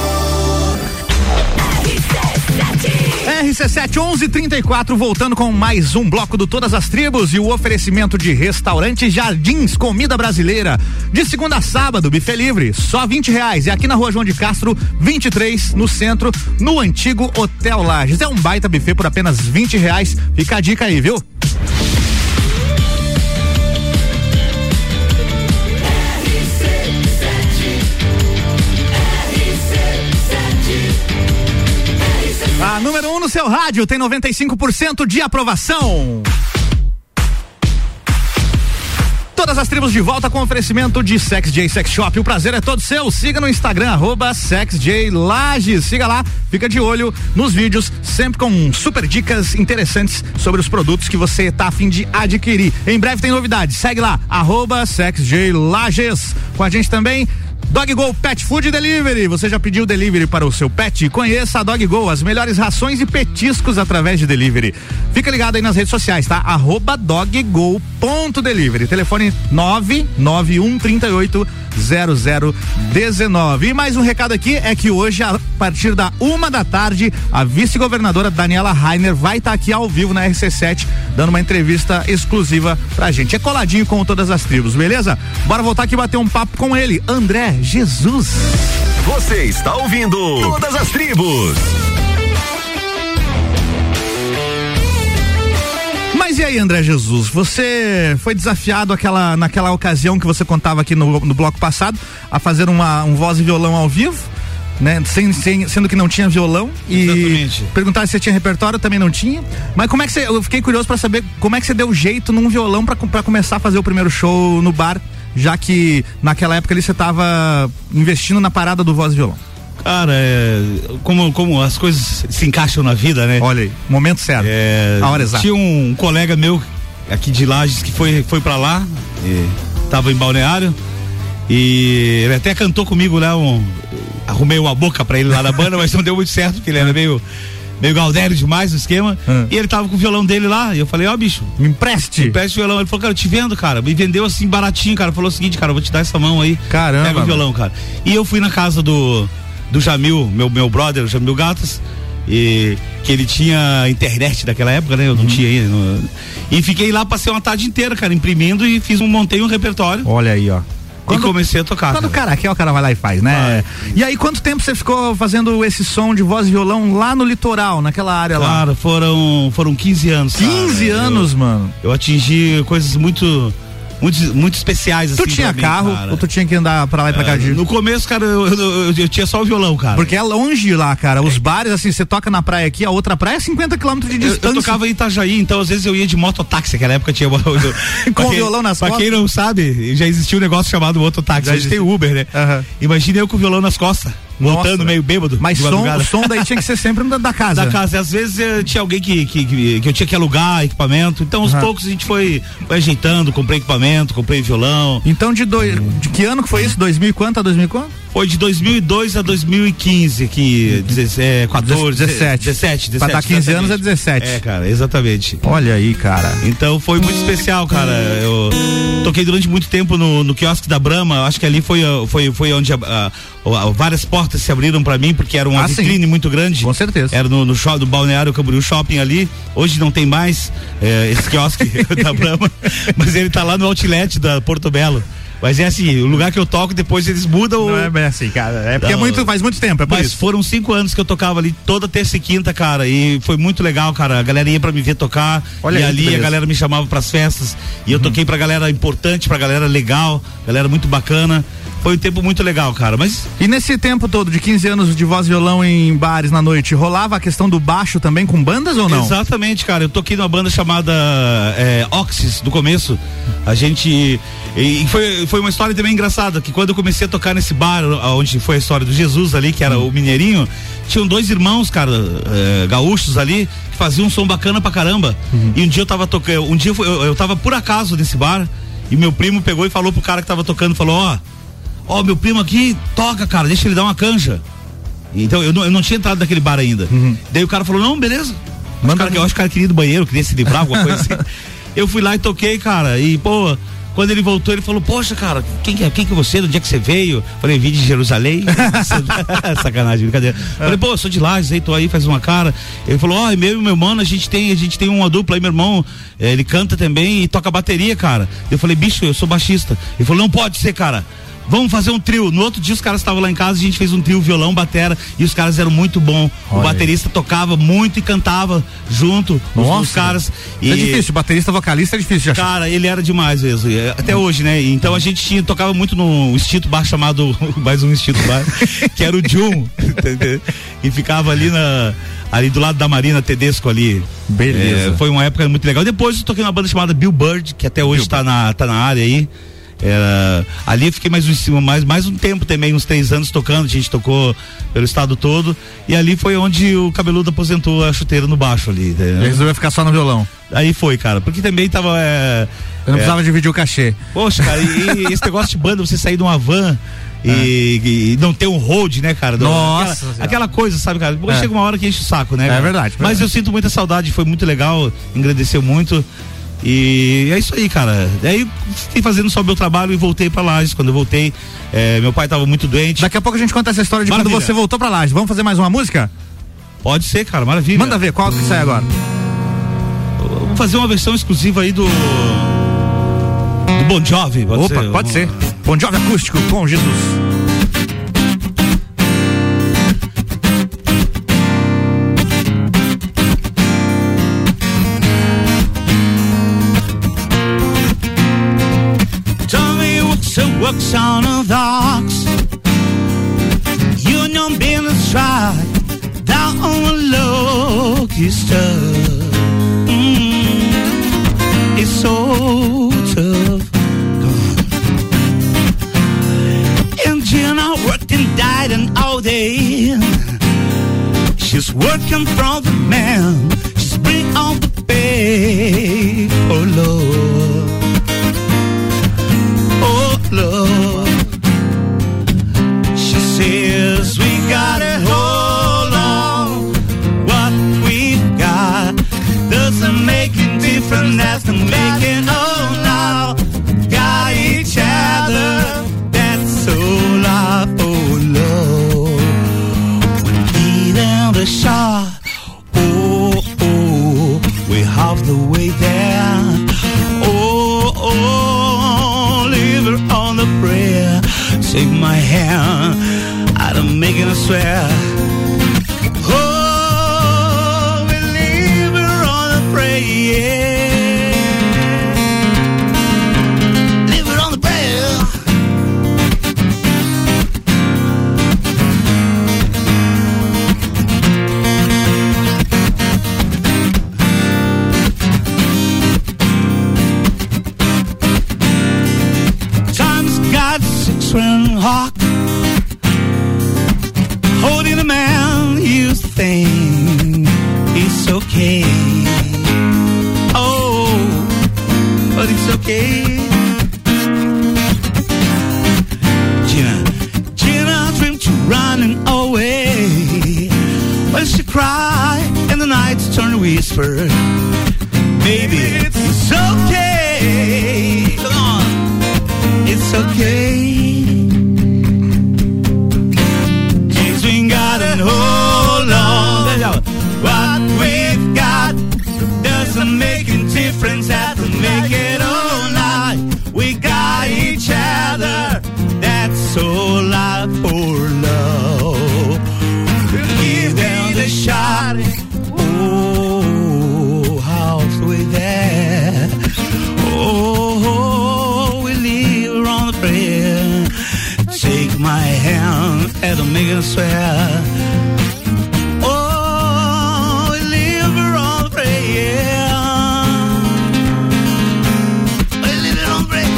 R C sete. R C sete onze e trinta e quatro, voltando com mais um bloco do Todas as Tribos e o oferecimento de restaurante Jardins Comida Brasileira. De segunda a sábado, buffet livre, só vinte reais. E aqui na Rua João de Castro, vinte e três, no centro, no antigo Hotel Lages. É um baita buffet por apenas vinte reais. Fica a dica aí, viu? A número um no seu rádio tem noventa e cinco por cento de aprovação. Todas as tribos de volta com oferecimento de Sex J Sex Shop. O prazer é todo seu. Siga no Instagram, arroba Sex J Lages. Siga lá, fica de olho nos vídeos, sempre com super dicas interessantes sobre os produtos que você tá a fim de adquirir. Em breve tem novidades. Segue lá, arroba Sex J Lages. Com a gente também, Dog Go Pet Food Delivery. Você já pediu delivery para o seu pet? Conheça a Dog Go, as melhores rações e petiscos através de delivery. Fica ligado aí nas redes sociais, tá? Arroba doggo ponto delivery. Telefone nove nove um três oito zero zero um nove. E mais um recado aqui é que hoje, a partir da uma da tarde, a vice-governadora Daniela Rainer vai estar tá aqui ao vivo na R C sete, dando uma entrevista exclusiva pra gente. É coladinho com Todas as Tribos, beleza? Bora voltar aqui e bater um papo com ele, André Jesus. Você está ouvindo Todas as Tribos. Mas e aí, André Jesus, você foi desafiado aquela, naquela ocasião que você contava aqui no, no bloco passado a fazer uma, um voz e violão ao vivo, né? Sem, sem, sendo que não tinha violão. E exatamente. Perguntar se você tinha repertório, também não tinha. Mas como é que você, eu fiquei curioso pra saber como é que você deu jeito num violão pra, pra começar a fazer o primeiro show no bar, já que naquela época ali você tava investindo na parada do voz e violão. Cara, é, como, como as coisas se encaixam na vida, né? Olha aí, momento certo, é, a hora exata. Tinha um, um colega meu aqui de Lages que foi, foi pra lá, e tava em Balneário, e ele até cantou comigo lá, um, arrumei uma boca pra ele lá na banda, mas não deu muito certo, porque ele era meio, meio gaudério demais no esquema, hum. E ele tava com o violão dele lá, e eu falei, ó, oh, bicho, me empreste. Me empreste o violão. Ele falou, cara, eu te vendo, cara, me vendeu assim baratinho, cara, falou o seguinte, cara, eu vou te dar essa mão aí, caramba, pega o violão, cara. E eu fui na casa do do Jamil, meu, meu brother, o Jamil Gatas, e que ele tinha internet daquela época, né? Eu não uhum. tinha ainda. Não, e fiquei lá, passei uma tarde inteira, cara, imprimindo e fiz um, montei um repertório. Olha aí, ó. Quando, e comecei a tocar. Quando o cara quer, o cara vai lá e faz, né? Ah. E aí, quanto tempo você ficou fazendo esse som de voz e violão lá no litoral, naquela área cara, lá? Cara, foram, foram quinze anos. quinze cara. anos, eu, mano. Eu atingi coisas muito... Muito, muito especiais, tu assim. Tu tinha carro, mim, ou tu tinha que andar pra lá e pra cá? De... No começo, cara, eu, eu, eu, eu tinha só o violão, cara. Porque é longe lá, cara. Os bares, assim, você toca na praia aqui, a outra praia é cinquenta quilômetros de distância. Eu, eu tocava em Itajaí, então às vezes eu ia de mototáxi, naquela época tinha. Com o violão nas pra costas? Pra quem não sabe, já existiu um negócio chamado mototáxi. A gente tem Uber, né? Uhum. Imagina eu com o violão nas costas. Voltando meio bêbado. Mas som, o som daí tinha que ser sempre da, da casa. Da casa. Às vezes eh, tinha alguém que, que, que, que eu tinha que alugar equipamento. Então, aos uhum. poucos a gente foi, foi ajeitando, comprei equipamento, comprei violão. Então, de, dois, de que ano que foi isso? dois mil e quanto a dois mil e quanto? Foi de dois mil e dois a dois mil e quinze, que é, quatorze, dezessete. dezessete, dezessete. Pra dar quinze anos é dezessete. É, cara, exatamente. Olha aí, cara. Então foi muito especial, cara. Eu toquei durante muito tempo no, no quiosque da Brahma. Eu acho que ali foi, foi, foi onde a, a, a, várias portas se abriram pra mim, porque era uma ah, vitrine sim. muito grande. Com certeza. Era no, no, show, no Balneário Camboriú Shopping ali. Hoje não tem mais é, esse quiosque da Brahma, mas ele tá lá no outlet da Porto Belo. Mas é assim, o lugar que eu toco, depois eles mudam. Não é bem assim, cara. É porque não, é muito, faz muito tempo, é por mas isso. Foram cinco anos que eu tocava ali toda terça e quinta, cara. E foi muito legal, cara. A galera ia pra me ver tocar. Olha e aí, ali beleza. A galera me chamava pras festas. E eu uhum. toquei pra galera importante, pra galera legal, galera muito bacana. Foi um tempo muito legal, cara, mas... E nesse tempo todo de quinze anos de voz e violão em bares na noite, rolava a questão do baixo também com bandas ou não? Exatamente, cara, eu toquei numa banda chamada é, Oxys, do começo, a gente... E foi, foi uma história também engraçada, que quando eu comecei a tocar nesse bar, onde foi a história do Jesus ali, que era hum. o Mineirinho, tinham dois irmãos, cara, é, gaúchos ali, que faziam um som bacana pra caramba, uhum. e um dia eu tava tocando, um dia eu, eu, eu tava por acaso nesse bar, e meu primo pegou e falou pro cara que tava tocando, falou, ó, oh, ó, oh, meu primo aqui toca, cara, deixa ele dar uma canja. Então eu não, eu não tinha entrado naquele bar ainda. Uhum. Daí o cara falou, não, beleza. Mas cara, eu acho que o cara queria ir do banheiro, queria se livrar, alguma coisa assim. Eu fui lá e toquei, cara, e pô, quando ele voltou, ele falou, poxa, cara, quem que é, quem que é você, do dia que você veio? Falei, vim de Jerusalém. Sacanagem, brincadeira. É. Falei, pô, sou de Lages, aí tô aí, faz uma cara. Ele falou, ó, oh, meu e meu mano, a gente tem, a gente tem uma dupla aí, meu irmão, é, ele canta também e toca bateria, cara. Eu falei, bicho, eu sou baixista. Ele falou, não pode ser, cara. Vamos fazer um trio. No outro dia os caras estavam lá em casa, a gente fez um trio, violão, batera, e os caras eram muito bons. O baterista tocava muito e cantava junto. Nossa, os caras. E... É difícil, baterista, vocalista é difícil de achar. Cara, ele era demais mesmo, até hum. hoje, né? Então a gente tinha, tocava muito no extinto bar chamado, mais um extinto bar, que era o Jum, e ficava ali na... ali do lado da Marina Tedesco ali. Beleza. É, foi uma época muito legal. Depois eu toquei numa banda chamada Bill Bird, que até hoje tá na, tá na área aí. Era, ali eu fiquei mais um, mais, mais um tempo também, uns três anos tocando, a gente tocou pelo estado todo, e ali foi onde o Cabeludo aposentou a chuteira no baixo ali. Né? E resolveu ficar só no violão. Aí foi, cara, porque também tava... É, eu não é, precisava dividir o cachê. Poxa, cara, e, e esse negócio de banda, você sair de uma van e, é. e não ter um hold, né, cara? Nossa. Aquela, aquela coisa, sabe, cara? Depois é. chega uma hora que enche o saco, né? É verdade. Mas verdade. Eu sinto muita saudade, foi muito legal, engrandeceu muito. E é isso aí, cara. Daí fiquei fazendo só o meu trabalho e voltei pra Lages. Quando eu voltei, é, meu pai tava muito doente. Daqui a pouco a gente conta essa história de maravilha. Quando você voltou pra Lages. Vamos fazer mais uma música? Pode ser, cara, maravilha. Manda ver, qual que sai agora? Vamos fazer uma versão exclusiva aí do do Bon Jovi. Pode Opa, ser? pode ser. Bon Jovi acústico com Jesus. Works on the docks. Union business strike down on the local stuff. Mm, it's so tough. And Gina worked and died and all day. She's working for the man. She's bring on the pay. Oh Lord. Lord, she says we gotta hold on. What we've got doesn't make it different. That's the making. Oh, now got each other. That's all I oh Lord. When eating the shot, oh oh, we're half the way there. Oh oh. On the prayer, take my hand, I'm making a swear. Oh, we leave her on the prayer, leave her on the prayer. Six-ring hawk, holding a man you think it's okay. Oh, but it's okay. Gina, Gina whisper, baby, it's okay. Come on, it's okay. Cause we gotta hold on. What we've got doesn't make a difference. Have to make it all night. We got each other. That's all I for love. Give them the shot. Oh, halfway there. Oh, we live on a prayer. Take my hand and make us swear. Oh, we live on a prayer. We live on a prayer.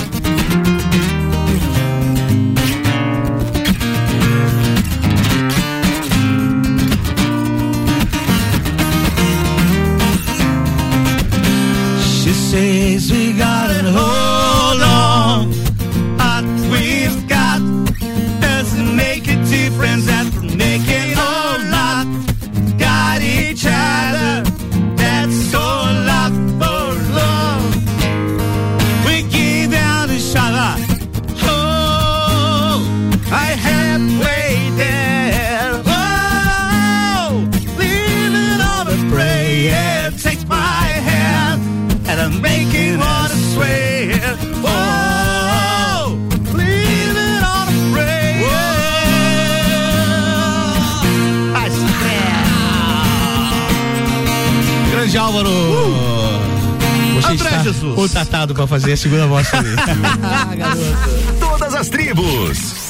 She says we gotta hold on. What we've got doesn't make a difference. That we make it all lot. Got each other. That's all I for love. We give out each other. Oh, I have waited. Oh, living on a prayer. Take my hand. And I'm making what I swear. Oh, leaving on a prayer. I swear. Grande Álvaro. Uh. Você André está Jesus. contratado para fazer a segunda voz também. Todas as tribos.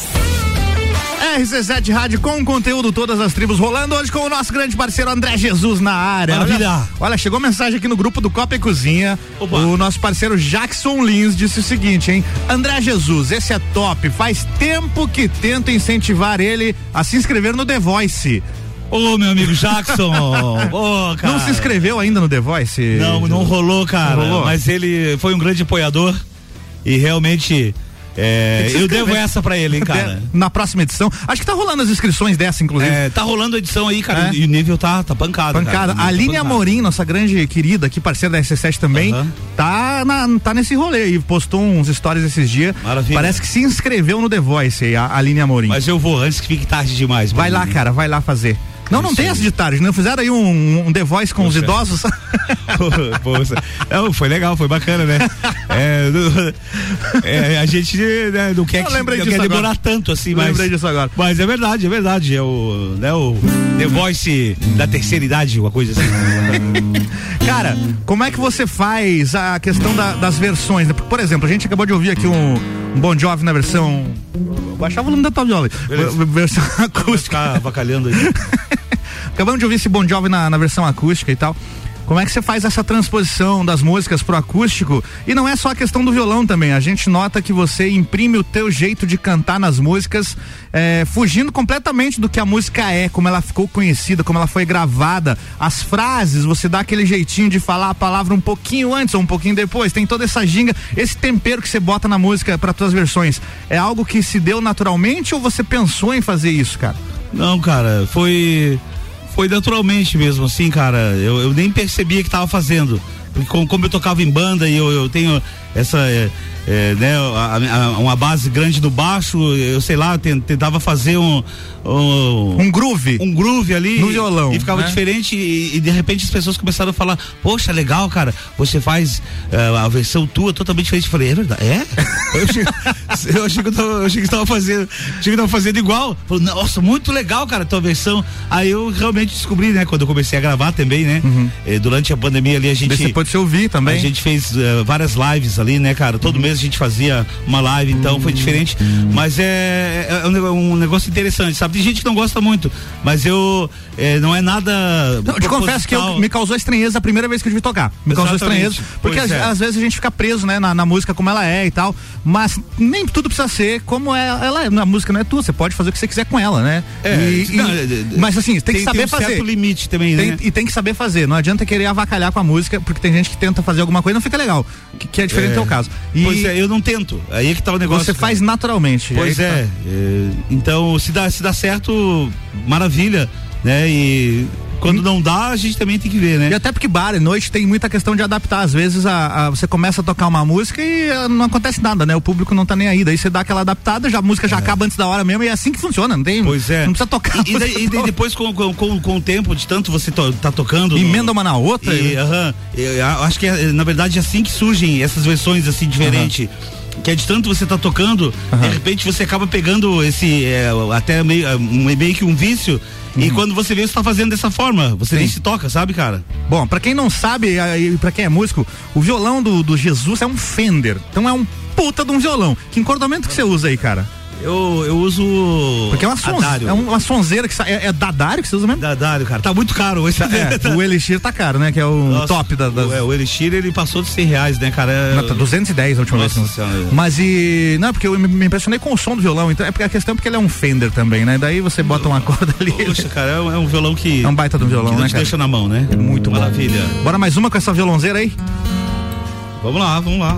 R C sete Rádio com conteúdo, todas as tribos rolando hoje com o nosso grande parceiro André Jesus na área. Maravilha. Olha, olha, chegou mensagem aqui no grupo do Copa e Cozinha. Opa. O nosso parceiro Jackson Lins disse o seguinte, hein? André Jesus, esse é top. Faz tempo que tento incentivar ele a se inscrever no The Voice. Ô, meu amigo Jackson. Ô, cara. Não se inscreveu ainda no The Voice? Não, não rolou, cara. Não rolou? Mas ele foi um grande apoiador e realmente é, eu devo essa pra ele, hein, cara. Na próxima edição. Acho que tá rolando as inscrições dessa, inclusive. É, tá rolando a edição aí, cara. É. E o nível tá, tá pancada. Pancada. Cara, A Aline tá Amorim, nossa grande querida, aqui parceira da R C sete também, Uhum. tá, na, tá nesse rolê e postou uns stories esses dias. Maravilha. Parece que se inscreveu no The Voice aí, a Aline Amorim. Mas eu vou antes que fique tarde demais. Vai lá, cara, vai lá fazer. Não, não tem essa de tarde, não fizeram aí um, um The Voice com Poxa. os idosos? Poxa. Não, foi legal, foi bacana, né? É, do- é, a gente né, não quer, Eu que, lembrei não disso quer demorar agora. tanto assim, Eu mas. lembrei disso agora. Mas é verdade, é verdade. É o, né, o The Voice da terceira idade, uma coisa assim. Cara, como é que você faz a questão da- das versões? Né? Por exemplo, a gente acabou de ouvir aqui um, um Bon Jovi na versão. Baixava o volume da tua viola. Beleza. Versão Vai acústica. ficar avacalhando aí. Acabamos de ouvir esse Bon Jovi na, na versão acústica e tal. Como é que você faz essa transposição das músicas pro acústico? E não é só a questão do violão também. A gente nota que você imprime o teu jeito de cantar nas músicas, é, fugindo completamente do que a música é, como ela ficou conhecida, como ela foi gravada. As frases, você dá aquele jeitinho de falar a palavra um pouquinho antes ou um pouquinho depois. Tem toda essa ginga, esse tempero que você bota na música para tuas versões. É algo que se deu naturalmente ou você pensou em fazer isso, cara? Não, cara, foi. Foi naturalmente mesmo, assim, cara. Eu, eu nem percebia que tava fazendo. Porque como, como eu tocava em banda e eu, eu tenho essa, é, é, né, a, a, uma base grande no baixo, eu sei lá, tentava fazer um. Um, um groove. Um groove ali. No violão. E ficava né? diferente e, e de repente as pessoas começaram a falar, poxa, legal, cara, você faz uh, a versão tua totalmente diferente. Eu falei, é verdade? É? eu, achei, eu achei que eu tava, eu achei que tava fazendo, achei que tava fazendo igual. Falei, nossa, muito legal, cara, a tua versão. Aí eu realmente descobri, né, quando eu comecei a gravar também, né? Uhum. Eh, durante a pandemia ali a gente. Você pode se ouvir também. A gente fez uh, várias lives ali, né, cara? Todo uhum. mês a gente fazia uma live, então uhum. foi diferente. Mas é, é um negócio interessante, sabe? Tem gente que não gosta muito, mas eu é, não é nada. Não, eu te confesso que eu, me causou estranheza a primeira vez que eu vi tocar. Me causou estranheza. Porque às, é. às vezes a gente fica preso, né, na, na música como ela é e tal. Mas nem tudo precisa ser como é, ela é. A música não é tua, você pode fazer o que você quiser com ela, né? É, e, não, e, mas assim, tem, tem que saber tem um fazer. Certo limite também, tem, né? E tem que saber fazer. Não adianta querer avacalhar com a música, porque tem gente que tenta fazer alguma coisa e não fica legal. Que, que é diferente é. do teu caso. E pois é, eu não tento. Aí é que tá o negócio. Você cara. faz naturalmente. Pois é, tá. é. Então, se dá, se dá certo, maravilha, né? E Quando não dá, a gente também tem que ver, né? E até porque bar e noite tem muita questão de adaptar. Às vezes a, a, você começa a tocar uma música e a, não acontece nada, né? O público não tá nem aí. Daí você dá aquela adaptada, já, a música já é. acaba antes da hora mesmo e é assim que funciona, não tem? Pois é. Não precisa tocar. E, e, daí, e daí depois com, com, com, com o tempo, de tanto você to, tá tocando. Emenda no... uma na outra. E, uh -huh, eu acho que é, na verdade é assim que surgem essas versões assim diferentes. Uh -huh. Que é de tanto você tá tocando, uhum. de repente você acaba pegando esse, é, até meio, meio que um vício, uhum. e quando você vê, você tá fazendo dessa forma, você Sim. nem se toca, sabe, cara? Bom, pra quem não sabe, e pra quem é músico, o violão do, do Jesus é um Fender, então é um puta de um violão. Que encordoamento que você usa aí, cara? Eu, eu uso. Porque é uma, son, é uma sonzeira que é, é Dadário que você usa mesmo? Dadário, cara. Tá muito caro hoje. É, o Elixir tá caro, né? Que é o Nossa, top da. Das... O, é, o Elixir ele passou de cem reais, né, cara? É... Não, tá duzentos e dez a última Nossa vez. Senhora. Mas e. Não, porque eu me impressionei com o som do violão. Então é porque a questão é porque ele é um Fender também, né? Daí você bota uma corda ali. Poxa, cara, é um, é um violão que. É um baita do violão, que né? Te deixa na mão, né? Muito maravilha. Bom. Bora mais uma com essa violonzeira aí? Vamos lá, vamos lá.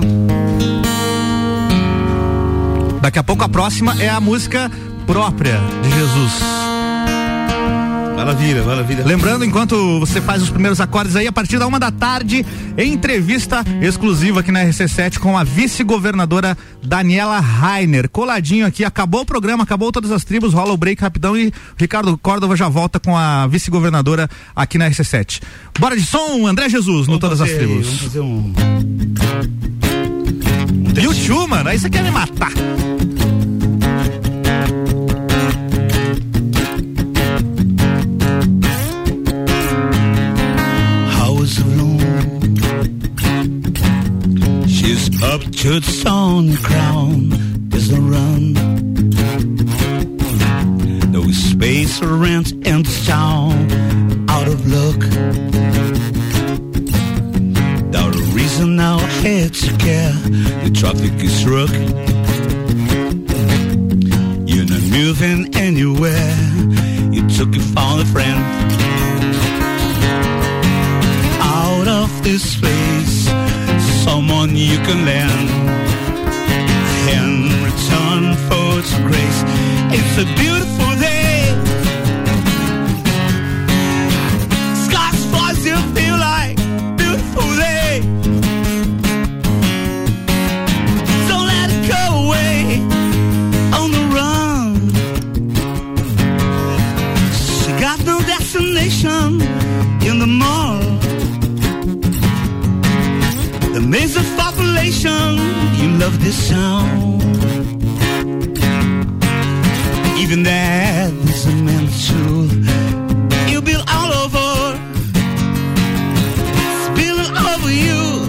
Daqui a pouco a próxima é a música própria de Jesus. Maravilha, maravilha. Lembrando, enquanto você faz os primeiros acordes aí, a partir da uma da tarde, entrevista exclusiva aqui na R C sete com a vice-governadora Daniela Rainer. Coladinho aqui, acabou o programa, acabou todas as tribos, rola o break rapidão e Ricardo Córdova já volta com a vice-governadora aqui na R C sete. Bora de som, André Jesus, no Todas as Tribos. Vamos fazer um... E o Tchu, mano, aí você quer me matar. House alone, she's up to the sun crown, doesn't run. No space for rent in the town, out of luck. Reason now heads to care, the traffic is struck. You're not moving anywhere, you took it found a friend. Out of this place, someone you can lend. In return for its grace, it's a beautiful day. Sky's fuzzy, you feel like beautiful day. In the mall, the maze of population, you love this sound. Even that isn't meant to. You build all over, spilling over you.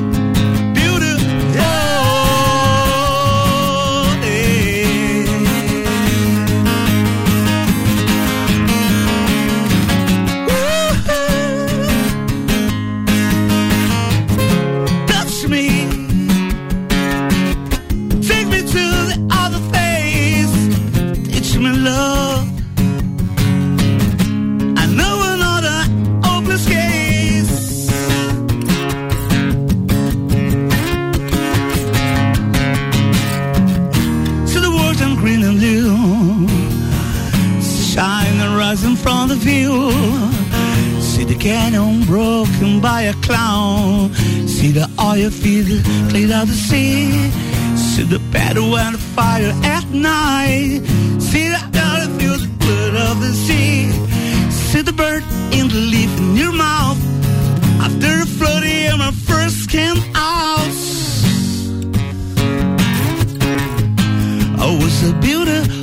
From the view, see the cannon broken by a clown, see the oil field cleared out the sea, see the battle and the fire at night, see the oil field the blood of the sea, see the bird in the leaf in your mouth, after the flood air my first came out. Oh, it's a beautiful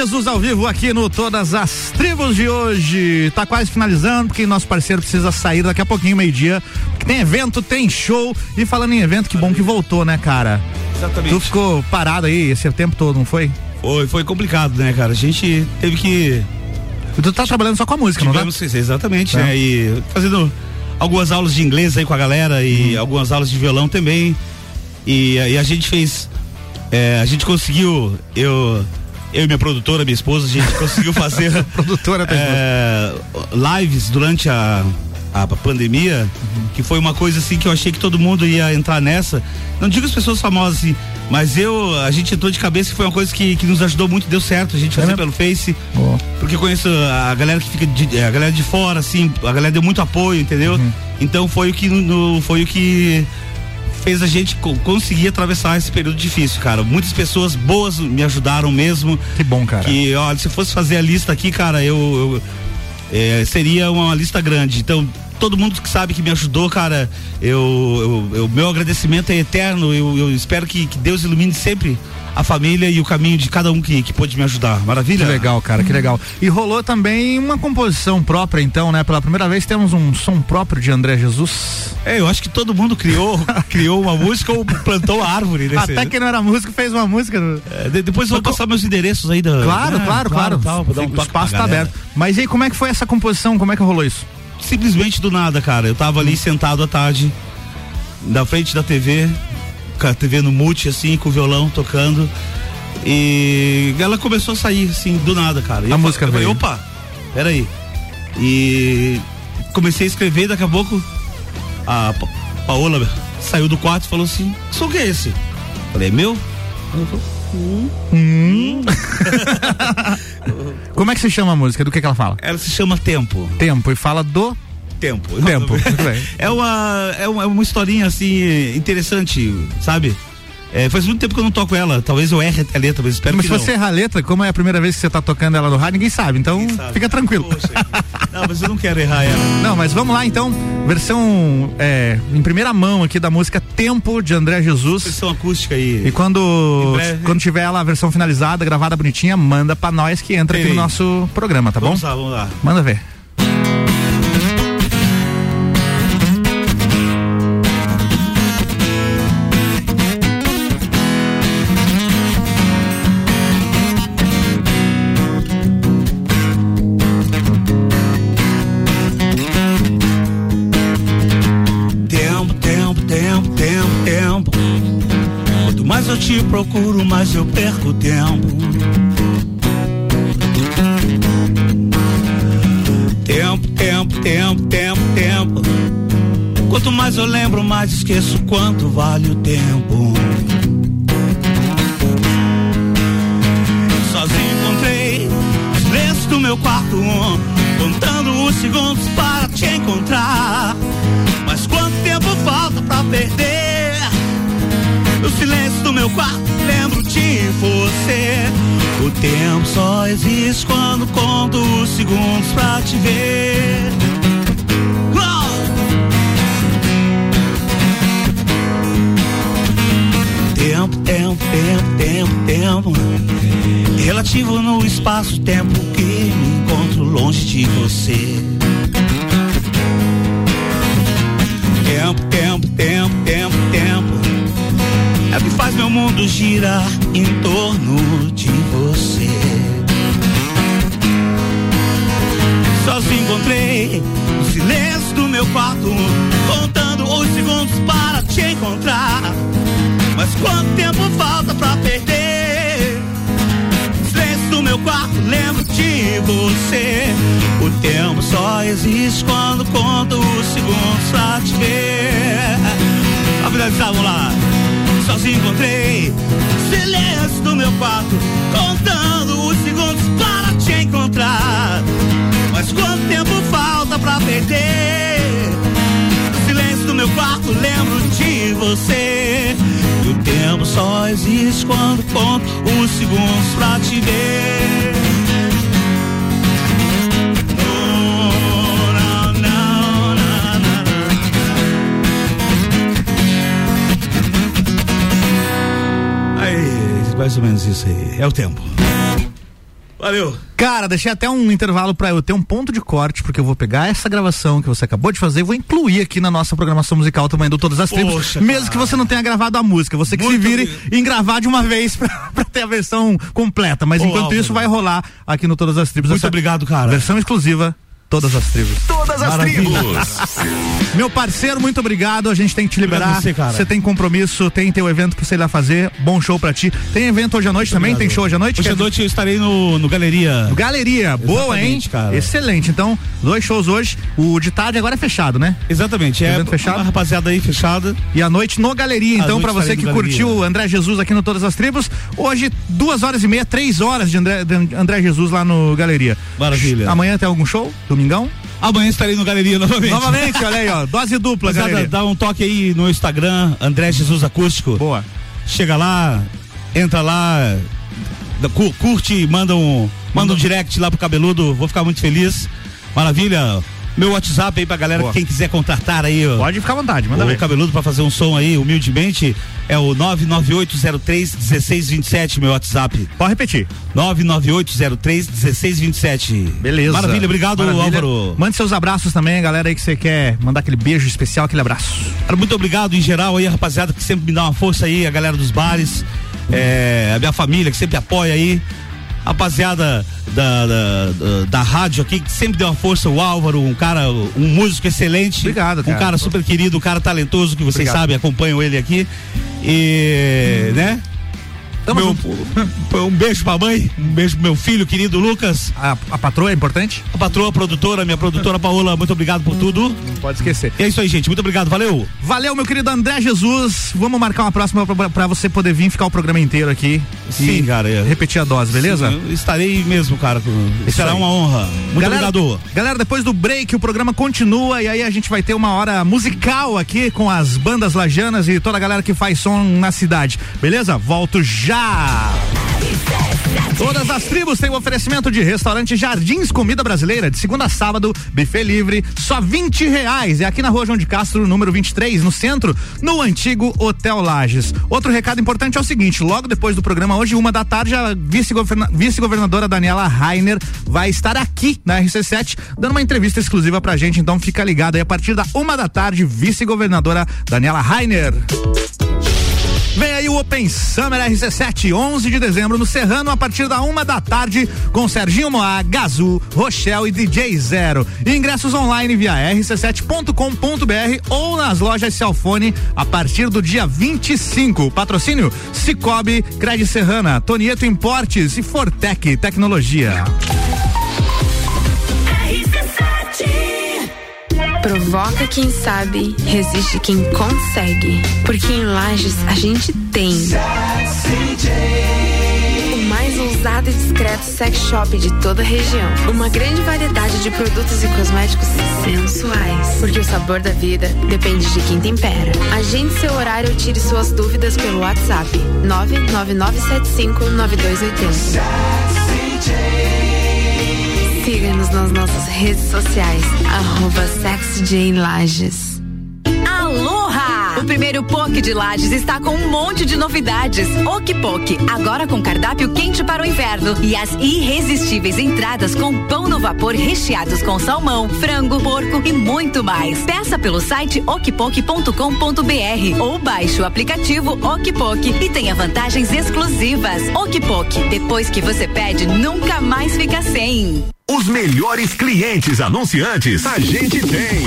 Jesus ao vivo aqui no Todas as Tribos de hoje. Tá quase finalizando, porque nosso parceiro precisa sair daqui a pouquinho, meio-dia. Tem evento, tem show. E falando em evento, que bom que voltou, né, cara? Exatamente. Tu ficou parado aí esse tempo todo, não foi? Foi, foi complicado, né, cara? A gente teve que... Tu tá trabalhando só com a música, Tivemos, não tá? Exatamente, é. né? E fazendo algumas aulas de inglês aí com a galera e hum. algumas aulas de violão também. E, e a gente fez... É, a gente conseguiu... Eu... Eu e minha produtora, minha esposa, a gente conseguiu fazer produtora, é, lives durante a, a pandemia, uhum. que foi uma coisa assim que eu achei que todo mundo ia entrar nessa. Não digo as pessoas famosas assim, mas eu, a gente entrou de cabeça e foi uma coisa que, que nos ajudou muito, deu certo a gente fazer é pelo Face, oh. porque eu conheço a galera que fica, de, a galera de fora, assim, a galera deu muito apoio, entendeu? Uhum. Então foi o que, no, foi o que fez a gente conseguir atravessar esse período difícil, cara. Muitas pessoas boas me ajudaram mesmo. Que bom, cara. Que, olha, se fosse fazer a lista aqui, cara, eu, eu é, seria uma lista grande. Então, todo mundo que sabe que me ajudou, cara, eu, eu, eu meu agradecimento é eterno. Eu, eu espero que, que Deus ilumine sempre a família e o caminho de cada um que, que pôde me ajudar. Maravilha? Que legal, cara, que legal. E rolou também uma composição própria, então, né? Pela primeira vez temos um som próprio de André Jesus. É, eu acho que todo mundo criou criou uma música ou plantou a árvore. Nesse... Até quem não era músico fez uma música. No... É, de, depois eu vou passar meus endereços aí. Da... Claro, é, claro, claro, claro. Tal, dar um o espaço tá aberto. Mas e aí, como é que foi essa composição? Como é que rolou isso? Simplesmente do nada, cara. Eu tava ali hum. sentado à tarde, na frente da T V, com a T V no mute, assim, com o violão tocando. E ela começou a sair, assim, do nada, cara. E a eu música falei, veio. opa, peraí. E comecei a escrever, daqui a pouco a pa Paola saiu do quarto e falou assim, isso o que é esse? Falei, meu? Ela falou, hum. Hum. Como é que se chama a música? Do que que ela fala? Ela se chama Tempo. Tempo, e fala do... Tempo. Tempo. é, uma, é uma, é uma historinha, assim, interessante, sabe? É, faz muito tempo que eu não toco ela, talvez eu erre a letra, mas espero mas que não. Mas se você errar a letra, como é a primeira vez que você tá tocando ela no rádio, ninguém sabe, então ninguém sabe. Fica tranquilo. Poxa, não, mas eu não quero errar ela. Não, mas vamos lá então, versão é, em primeira mão aqui da música Tempo, de André Jesus. Versão acústica aí. E quando, quando tiver ela a versão finalizada, gravada bonitinha, manda pra nós que entra Ei. aqui no nosso programa, tá vamos bom? Vamos lá, vamos lá. Manda ver. Eu te procuro, mas eu perco tempo. Tempo, tempo, tempo, tempo, tempo. Quanto mais eu lembro, mais esqueço quanto vale o tempo. Sozinho encontrei os silêncios do meu quarto, contando os segundos para te encontrar. Mas quanto tempo falta pra perder? No silêncio do meu quarto, lembro de você. O tempo só existe quando conto os segundos pra te ver. Oh! Tempo, tempo, tempo, tempo, tempo. Relativo no espaço-tempo que me encontro longe de você. Tempo, tempo, tempo, tempo, tempo. É o que faz meu mundo girar em torno de você. Sozinho encontrei o silêncio do meu quarto, contando os segundos para te encontrar. Mas quanto tempo falta pra perder? Silêncio do meu quarto, lembro de você. O tempo só existe quando conto os segundos pra te ver. Vamos finalizar, vamos lá. Sozinho encontrei silêncio do meu quarto, contando os segundos para te encontrar. Mas quanto tempo falta pra perder? No silêncio do meu quarto lembro de você. E o tempo só existe quando conto os segundos pra te ver. Mais ou menos isso aí, é o tempo. Valeu. Cara, deixei até um intervalo pra eu ter um ponto de corte, porque eu vou pegar essa gravação que você acabou de fazer e vou incluir aqui na nossa programação musical também do Todas as Tribos. Poxa, mesmo cara. que você não tenha gravado a música, você que Muito se vire bem. em gravar de uma vez pra, pra ter a versão completa. Mas Ô, enquanto Álvaro. isso, vai rolar aqui no Todas as Tribos. Muito essa obrigado, cara. Versão exclusiva. Todas as tribos. Todas as Maravilha. tribos. Meu parceiro, muito obrigado. A gente tem que te liberar. Obrigado você, cara. Você tem compromisso, tem teu evento pra você ir lá fazer. Bom show pra ti. Tem evento hoje à noite também? Obrigado. Tem show hoje à noite? Hoje à Quer- noite eu estarei no, no Galeria. Galeria, boa, hein? Exatamente, cara. Excelente. Então, dois shows hoje. O de tarde agora é fechado, né? Exatamente, é Evento fechado? uma rapaziada aí fechada. E à noite no Galeria, À então, noite pra você estarei que no Galeria. curtiu o André Jesus aqui no Todas as Tribos, hoje, duas horas e meia, três horas de André, de André Jesus lá no Galeria. Maravilha. Amanhã tem algum show? Domingão? Amanhã estarei no Galeria novamente. Novamente, olha aí, ó. Dose dupla, Rapaziada, Galeria. dá um toque aí no Instagram, André Jesus Acústico. Boa. Chega lá, entra lá, da- cu- curte, manda um, manda um direct lá pro Cabeludo, vou ficar muito feliz. Maravilha. Meu WhatsApp aí pra galera, Boa. quem quiser contratar aí, ó. Pode ficar à vontade, manda o ver. Cabeludo pra fazer um som aí, humildemente, é o nove nove oito zero três um seis dois sete, meu WhatsApp. Pode repetir. nove nove oito zero três um seis dois sete. Beleza. Maravilha, obrigado, Maravilha. Álvaro. Mande seus abraços também, galera aí que você quer mandar aquele beijo especial, aquele abraço. Cara, muito obrigado em geral aí, rapaziada, que sempre me dá uma força aí, a galera dos bares, é, a minha família que sempre apoia aí, rapaziada da, da, da, da rádio aqui, que sempre deu uma força, o Álvaro, um cara, um músico excelente. Obrigado, cara. Um cara super querido, um cara talentoso, que vocês Obrigado. sabem, acompanham ele aqui. E, né? Tamo Meu- junto. um beijo pra mãe, um beijo pro meu filho querido Lucas, A, a patroa é importante? a patroa, a produtora, minha produtora Paola, muito obrigado por tudo. Não pode esquecer. E é isso aí, gente, muito obrigado, valeu. Valeu, meu querido André Jesus. Vamos marcar uma próxima pra, pra você poder vir ficar o programa inteiro aqui. Sim, e cara, é. repetir a dose, beleza? Sim, eu estarei mesmo, cara. Isso Será aí. uma honra. Muito galera, obrigado. Galera, depois do break o programa continua e aí a gente vai ter uma hora musical aqui com as bandas lajanas e toda a galera que faz som na cidade. Beleza? Volto já! Todas as tribos têm o oferecimento de restaurante Jardins Comida Brasileira, de segunda a sábado, buffet livre, só vinte reais. É aqui na rua João de Castro, número vinte e três, no centro, no antigo Hotel Lages. Outro recado importante é o seguinte: logo depois do programa, hoje, uma da tarde, a vice-governa- vice-governadora Daniela Rainer vai estar aqui na R C sete, dando uma entrevista exclusiva pra gente. Então fica ligado aí, a partir da uma da tarde, vice-governadora Daniela Rainer. Vem aí o Open Summer R C sete, onze de dezembro, no Serrano, a partir da uma da tarde, com Serginho Moá, Gazu, Rochelle e D J Zero. Ingressos online via r c sete ponto com ponto b r ou nas lojas Celfone a partir do dia vinte e cinco. Patrocínio Cicobi, Cred Serrana, Tonieto Importes e Fortec Tecnologia. Provoca quem sabe, resiste quem consegue. Porque em Lages a gente tem o mais ousado e discreto sex shop de toda a região. Uma grande variedade de produtos e cosméticos sensuais. Porque o sabor da vida depende de quem tempera. Agende seu horário ou tire suas dúvidas pelo WhatsApp nove nove nove sete cinco nove dois oito zero. Siga-nos nas nossas redes sociais, arroba SexyJaneLages. Aloha! O primeiro Poke de Lages está com um monte de novidades. Okpok, agora com cardápio quente para o inverno e as irresistíveis entradas com pão no vapor recheados com salmão, frango, porco e muito mais. Peça pelo site okpok ponto com ponto b r ou baixe o aplicativo Okpok e tenha vantagens exclusivas. Okpok, depois que você pede, nunca mais fica sem. Os melhores clientes anunciantes a gente tem.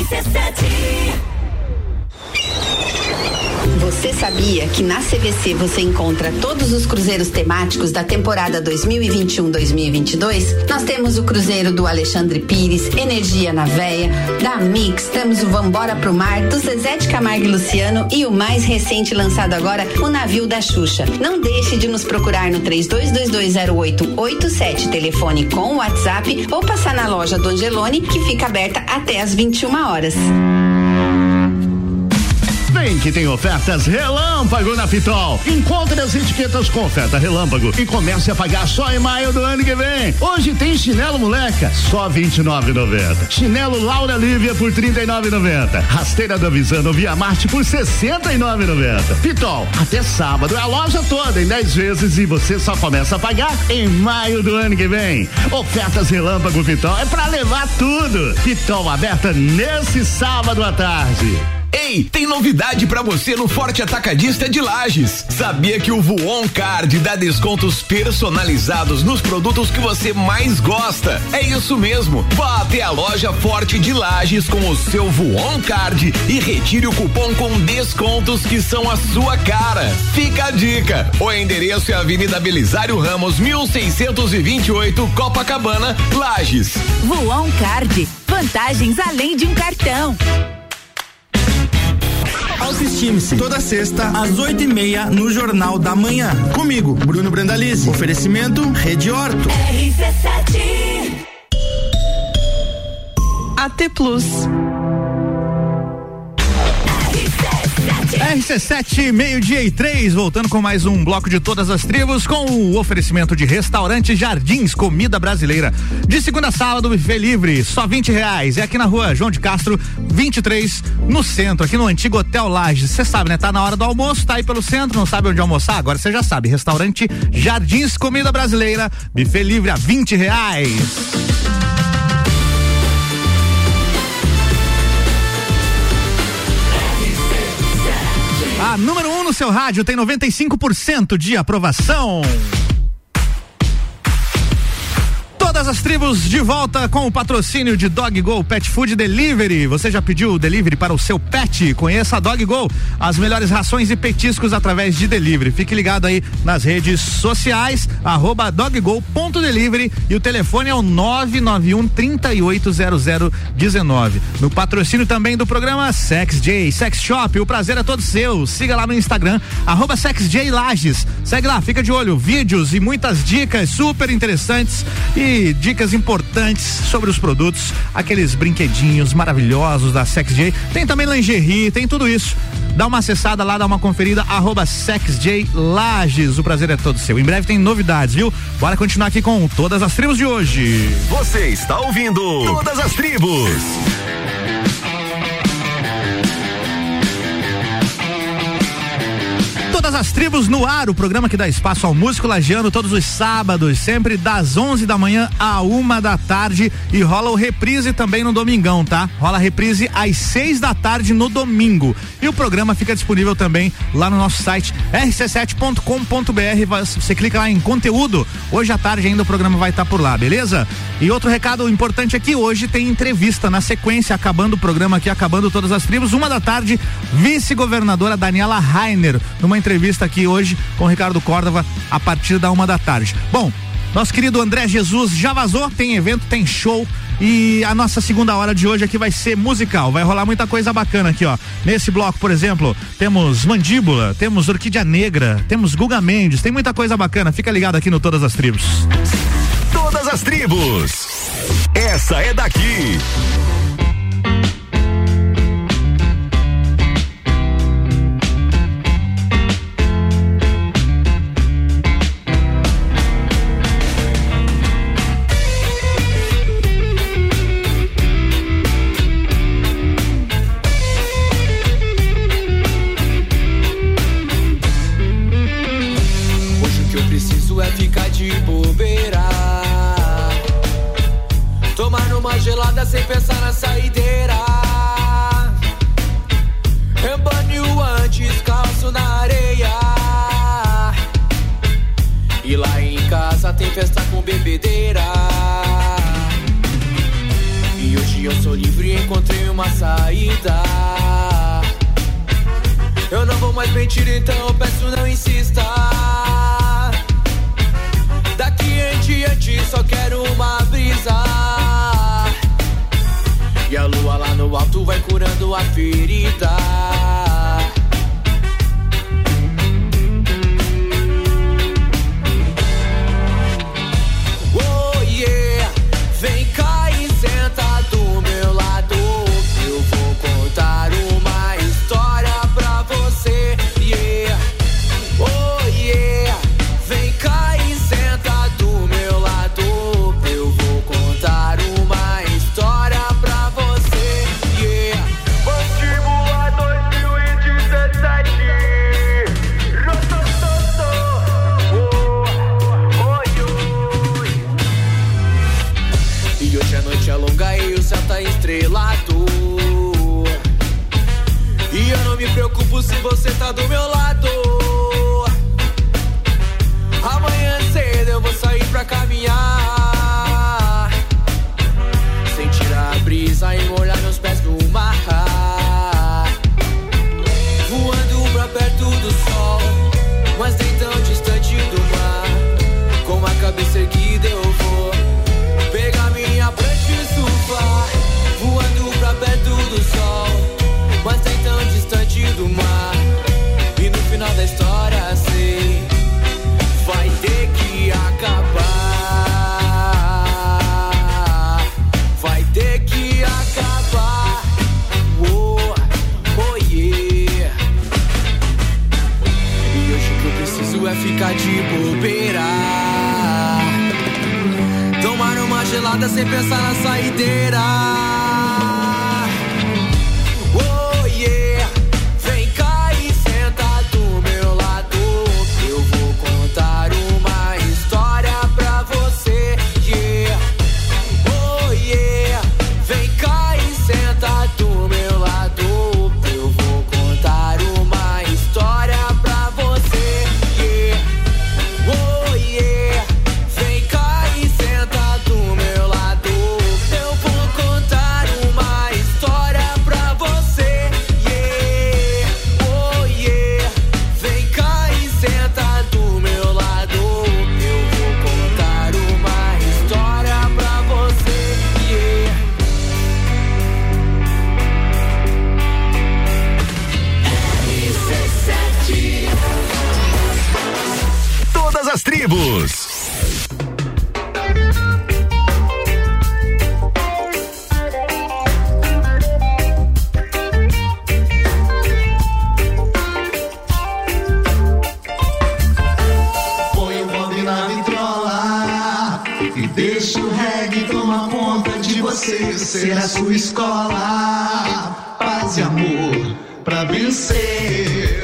Você sabia que na C V C você encontra todos os cruzeiros temáticos da temporada dois mil e vinte e um, dois mil e vinte e dois? Nós temos o cruzeiro do Alexandre Pires, Energia na Véia, da Mix, temos o Vambora pro Mar, do Zezé de Camargo e Luciano e o mais recente lançado agora, o Navio da Xuxa. Não deixe de nos procurar no três dois dois dois zero oito oito sete, telefone com WhatsApp, ou passar na loja do Angelone, que fica aberta até às vinte e uma horas. Vem que tem ofertas relâmpago na Pitol. Encontre as etiquetas com oferta relâmpago e comece a pagar só em maio do ano que vem. Hoje tem chinelo moleca, só vinte e nove reais e noventa centavos. Chinelo Laura Lívia por trinta e nove reais e noventa centavos. Rasteira da Visano Via Marte por sessenta e nove reais e noventa centavos. Pitol, até sábado é a loja toda em dez vezes e você só começa a pagar em maio do ano que vem. Ofertas relâmpago Pitol é pra levar tudo. Pitol aberta nesse sábado à tarde. Ei, tem novidade pra você no Forte Atacadista de Lages. Sabia que o Voon Card dá descontos personalizados nos produtos que você mais gosta? É isso mesmo. Vá até a loja Forte de Lages com o seu Voon Card e retire o cupom com descontos que são a sua cara. Fica a dica. O endereço é Avenida Belisário Ramos, mil seiscentos e vinte e oito, Copacabana, Lages. Voon Card. Vantagens além de um cartão. Autoestime-se, toda sexta, às oito e meia, no Jornal da Manhã. Comigo, Bruno Brandalize. Oferecimento, Rede Horto. R C sete. A T Plus. R C sete, meio-dia e três, voltando com mais um bloco de todas as tribos, com o oferecimento de restaurante Jardins, comida brasileira. De segunda a sábado, buffet livre, só vinte reais. É aqui na rua João de Castro, vinte e três, no centro, aqui no antigo Hotel Lages. Você sabe, né? Tá na hora do almoço, tá aí pelo centro, não sabe onde almoçar? Agora você já sabe. Restaurante Jardins, comida brasileira, buffet livre a vinte reais. A número um no seu rádio tem noventa e cinco por cento de aprovação. Todas as tribos de volta com o patrocínio de Dog Go Pet Food Delivery. Você já pediu o delivery para o seu pet? Conheça a Dog Go, as melhores rações e petiscos através de delivery. Fique ligado aí nas redes sociais, arroba doggo.delivery, e o telefone é o nove nove um, trinta e oito, zero zero dezenove. No patrocínio também do programa Sex J, Sex Shop, o prazer é todo seu. Siga lá no Instagram, arroba Sex J Lages. Segue lá, fica de olho, vídeos e muitas dicas super interessantes e dicas importantes sobre os produtos, aqueles brinquedinhos maravilhosos da Sex J. Tem também lingerie, tem tudo isso. Dá uma acessada lá, dá uma conferida, arroba Sex J Lages. O prazer é todo seu. Em breve tem novidades, viu? Bora continuar aqui com todas as tribos de hoje. Você está ouvindo Todas as Tribos. Todas as tribos no ar, o programa que dá espaço ao músico lagiano todos os sábados, sempre das onze da manhã à uma da tarde, e rola o reprise também no domingão, tá? Rola a reprise às seis da tarde no domingo. E o programa fica disponível também lá no nosso site r c sete ponto com ponto b r. Você clica lá em conteúdo. Hoje à tarde ainda o programa vai estar por lá, beleza? E outro recado importante aqui, hoje tem entrevista na sequência, acabando o programa aqui, acabando Todas as Tribos, uma da tarde, vice-governadora Daniela Rainer, numa entrevista aqui hoje com o Ricardo Córdova a partir da uma da tarde. Bom, nosso querido André Jesus já vazou, tem evento, tem show, e a nossa segunda hora de hoje aqui vai ser musical, vai rolar muita coisa bacana aqui, ó. Nesse bloco, por exemplo, temos Mandíbula, temos Orquídea Negra, temos Guga Mendes, tem muita coisa bacana, fica ligado aqui no Todas as Tribos. Todas as Tribos, essa é daqui. Gelada sem pensar na saideira. Eu banho antes, calço na areia. E lá em casa tem festa com bebedeira. E hoje eu sou livre e encontrei uma saída. Eu não vou mais mentir, então eu peço não insista. Daqui em diante só quero uma brisa. E a lua lá no alto vai curando a ferida. Oh yeah, vem cá e senta do meu lado. Eu vou contar uma história pra manga e o céu tá estrelado. E eu não me preocupo se você tá do meu lado. Amanhã cedo eu vou sair pra caminhar, sentir a brisa e molhar meus pés no mar. Voando pra perto do sol, mas nem tão distante do mar. Com a cabeça erguida eu vou pegar minha prancha e surfar. Voando pra perto do sol, mas nem tão distante do mar. E no final da história sei, vai ter que acabar. Vai ter que acabar. Oh, oh yeah. E hoje o que eu preciso é ficar de bobeira, tomar uma gelada sem pensar na saideira. Oh yeah. Vem cá e senta do meu lado, eu vou contar uma história pra você. Yeah. Oh yeah. Vem cá e senta do meu lado, eu vou contar uma história pra você. Yeah. Oh yeah. Vem cá e senta do meu lado, eu vou contar uma história pra você. Yeah. Oh yeah. Vem cá e senta do meu lado, eu vou contar uma história pra você. Yeah. Todas as tribos. Põe o Bob na vitrola e deixa o reggae tomar conta de você. Ser a sua escola, paz e amor pra vencer.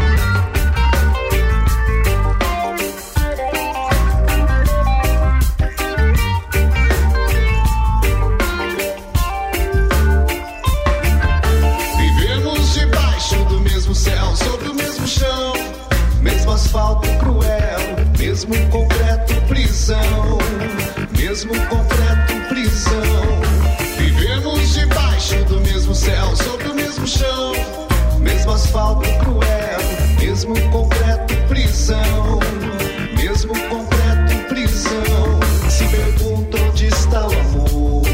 Vivemos debaixo do mesmo céu, sobre o mesmo chão, mesmo asfalto cruel, mesmo concreto prisão, mesmo concreto prisão. Vivemos debaixo do mesmo céu, sobre o mesmo chão, mesmo asfalto cruel, mesmo concreto prisão, mesmo concreto prisão. Se pergunta onde está o amor,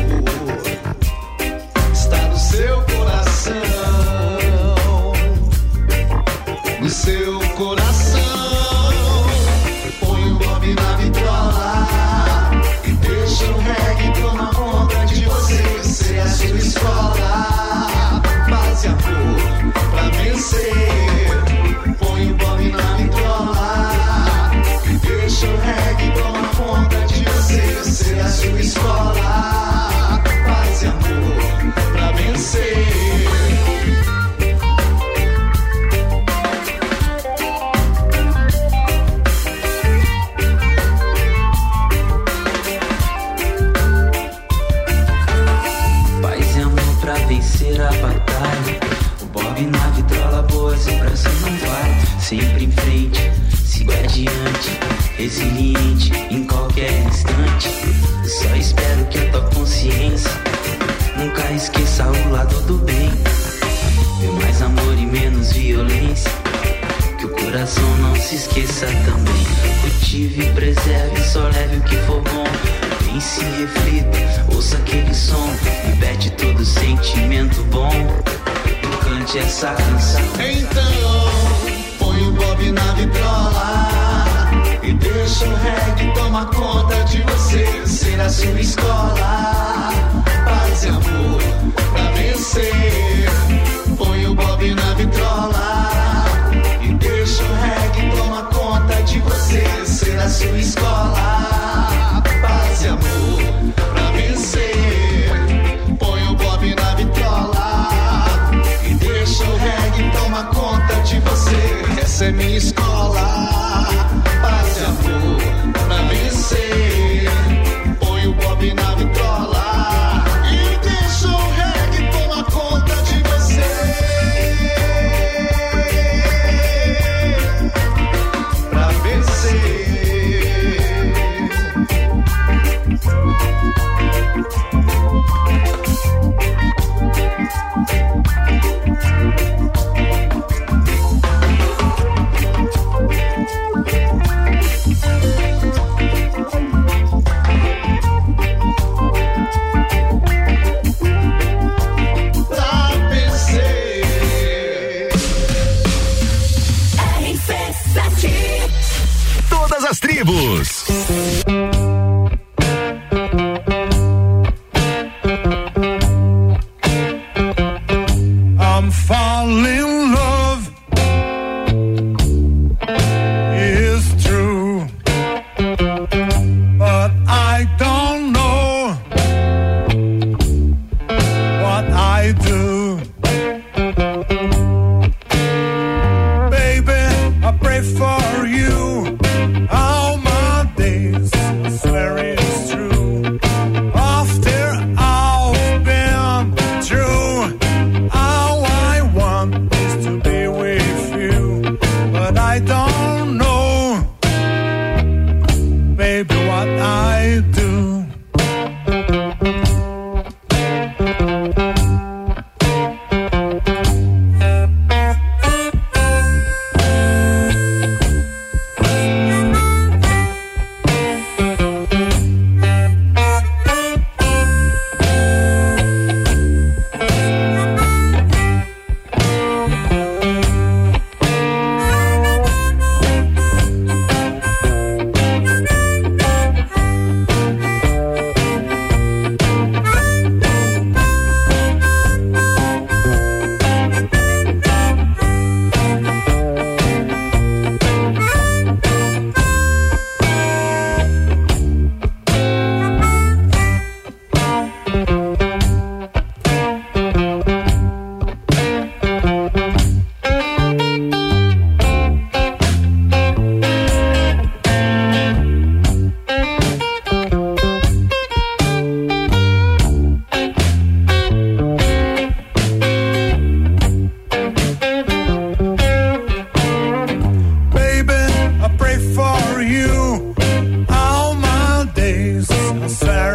está no seu coração, no seu coração. Põe o Bob na vitrola e deixa o reggae tomar conta de você. Ser a sua escola, paz e amor pra vencer. Põe o Bob na vitrola e deixa o reggae tomar conta de você. Ser a sua escola, paz e amor pra vencer. Paz e amor pra vencer a batalha. O Bob na vitrola, boas lembranças não vai. Sempre em frente, sigo adiante, resiliente em qualquer instante. Eu só espero que a tua consciência nunca esqueça o lado do bem. Vê mais amor e menos violência, que o coração não se esqueça também. Cultive e preserve, só leve o que for bom. Pense e reflita, ouça aquele som, liberte todo sentimento bom. Cante essa canção. Então, põe o Bob na vitrola e deixa o reggae tomar conta de você. Ser a sua escola, paz e amor pra vencer. Põe o Bob na vitrola e deixa o reggae tomar conta de você. Ser a sua escola, paz e amor pra vencer. Põe o Bob na vitrola e deixa o reggae tomar conta de você. Essa é minha escola, paz e amor pra vencer. Põe o Bob na vitrola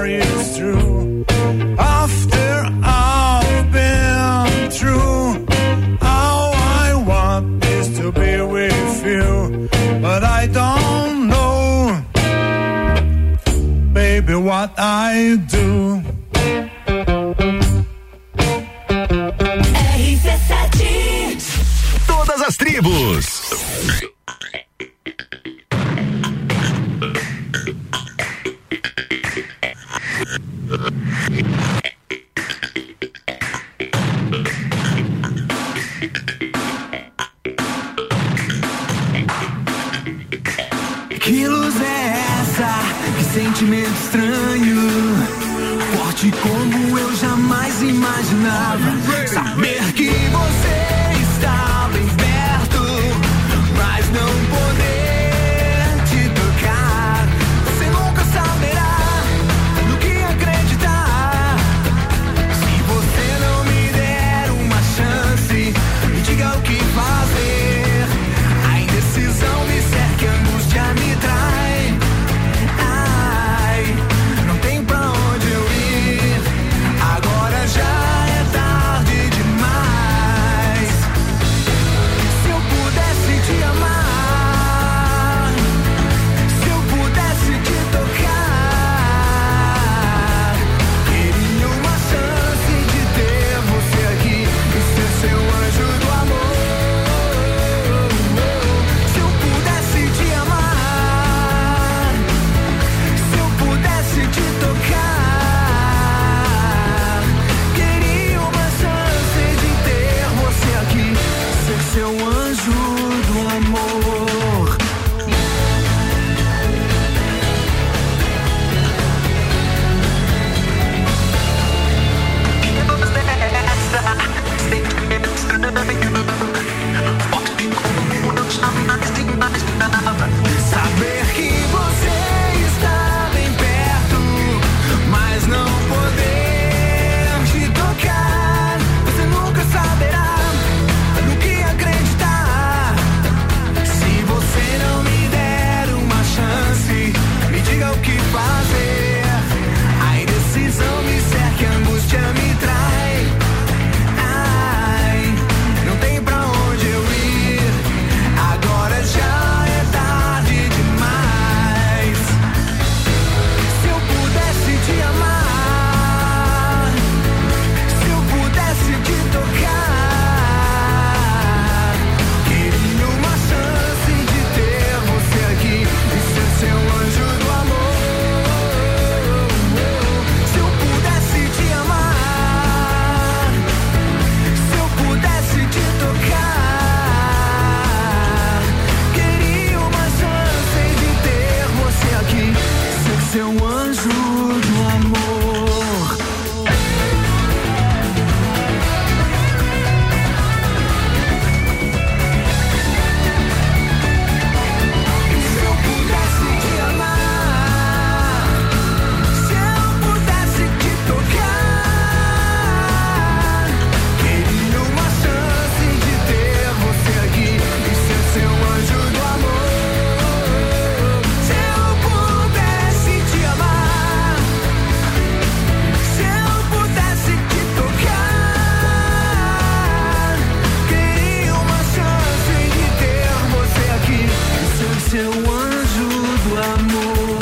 are you through? After I've been through, all I want is to be with you, but I don't know, baby, what I do. R C sete. Todas as tribos. Que luz é essa? Que sentimento estranho, forte como eu jamais imaginava. Saber que você está bem perto, mas não poder te tocar. Você nunca saberá no que acreditar. Se você não me der uma chance, me diga o que fazer. A indecisão me cerca, a angústia me trai. Ai, não tem pra onde eu ir. Agora já é tarde demais. Se eu pudesse te amar, se eu pudesse te tocar, queria uma chance de ter você aqui e ser seu anjo do amor. Se eu pudesse te amar, se eu pudesse te tocar, queria uma chance de ter você aqui, ser seu anjo do amor. Saber que você está bem perto, mas não poder te tocar. Você nunca saberá no que acreditar. Se você não me der uma chance, me diga o que fazer. A indecisão me cerca, a angústia me trai. Ai, não tem pra onde eu ir. Agora já é tarde demais. Se eu pudesse te amar, se eu pudesse te tocar, queria uma chance de ter você aqui e ser seu anjo do amor. Se eu pudesse te amar, se eu pudesse te tocar, queria uma chance de ter você aqui, ser seu anjo do amor. Se eu pudesse te amar, se eu pudesse te tocar, queria uma chance de ter você aqui e ser seu anjo do amor. Se eu pudesse te amar, se eu pudesse te tocar, queria uma chance de ter você aqui e ser seu anjo do amor.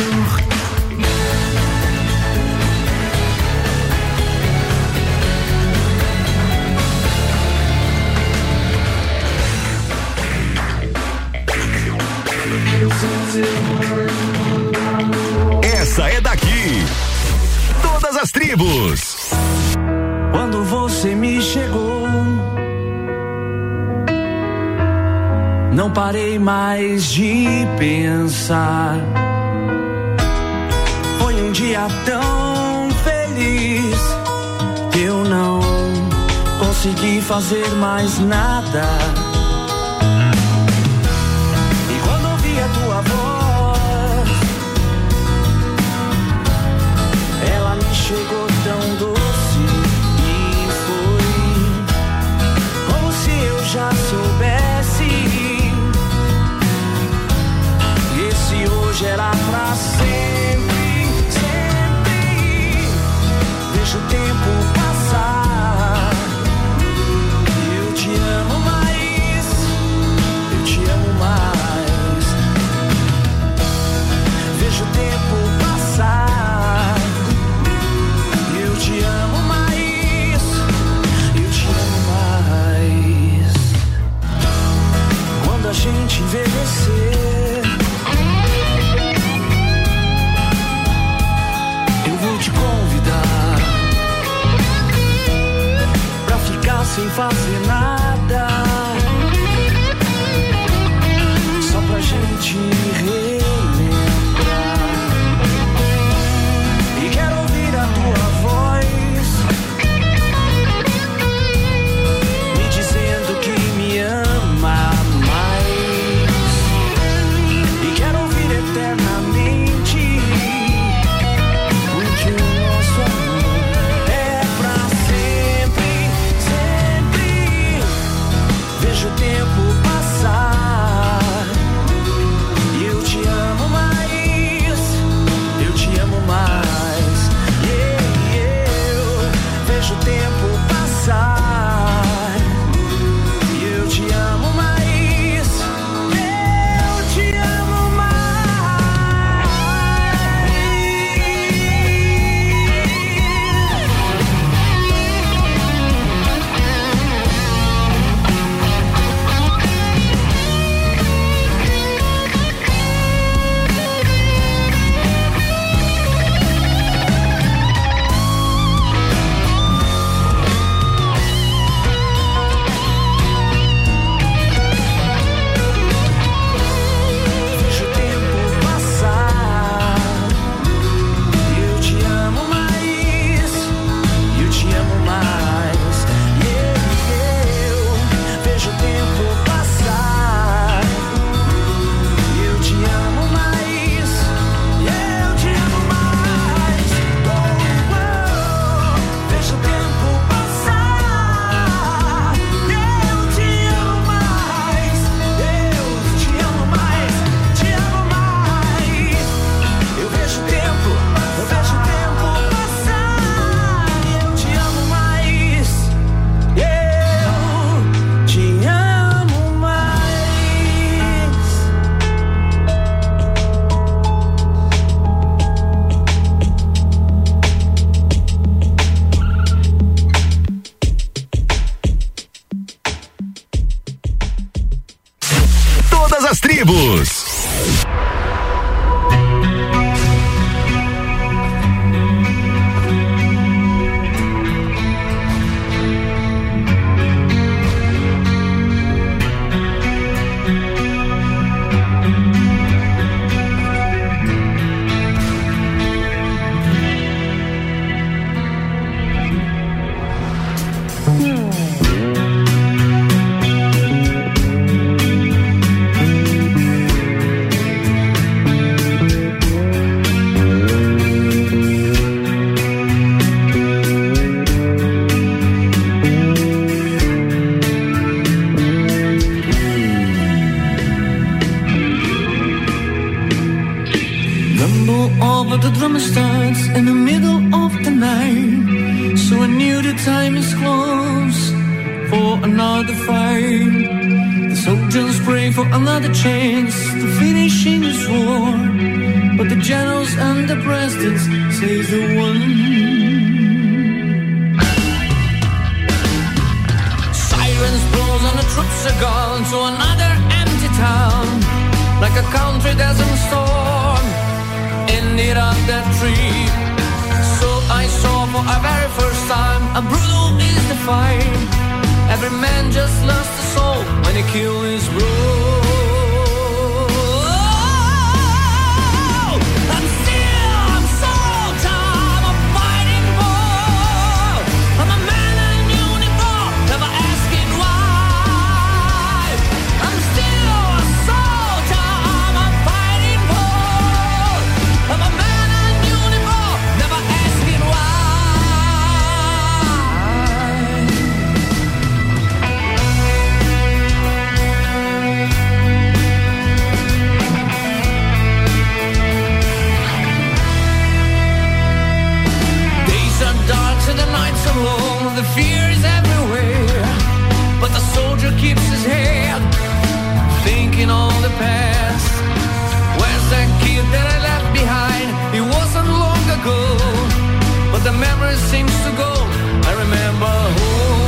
Essa é daqui. Todas as tribos. Quando você me chegou, não parei mais de pensar. Foi um dia tão feliz que eu não consegui fazer mais nada. E quando ouvi a tua voz, ela me chegou tão doce e foi como se eu já soubesse. E esse hoje era pra sempre, sempre. Vejo o tempo passar. Eu te amo mais. Eu te amo mais. Vejo o tempo passar. Eu te amo mais. Eu te amo mais. Quando a gente envelhecer, eu vou te convidar pra ficar sem fazer nada, só pra gente relembrar. E quero ouvir a tua voz me dizendo que me ama mais. E quero ouvir eternamente, porque o nosso amor é pra sempre, sempre. Vejo o tempo passar e eu te amo mais, eu te amo mais. Yeah, yeah. Vejo o tempo passar e eu te amo mais, eu te amo mais. Vejo o tempo passar e eu te amo mais, eu te amo mais. Yeah, yeah. Vejo o tempo passar e eu te amo mais, eu te amo mais. Oh, oh. Vejo o tempo passar e eu te amo mais, eu te amo mais, te amo mais. Eu vejo o tempo, eu vejo o tempo passar e eu te amo mais, eu te amo mais. Todas as tribos. Rumble over the drum starts in the middle of the night, so I knew the time is close for another fight. The soldiers pray for another chance to finish in this war, but the generals and the presidents say the one. Sirens blows and the troops are gone to another empty town, like a country desert storm ended up that tree. So I saw for a very first time a brutal is the fight. Every man just lost a soul when he killed his bro. I'm still, I'm so tired of fighting for. I'm a man in uniform, never asking why. I'm still so tired of fighting for. I'm a man in uniform, never asking why. alone, the fear is everywhere, but the soldier keeps his head, thinking on the past. Where's that kid that I left behind? It wasn't long ago, but the memory seems to go. I remember home.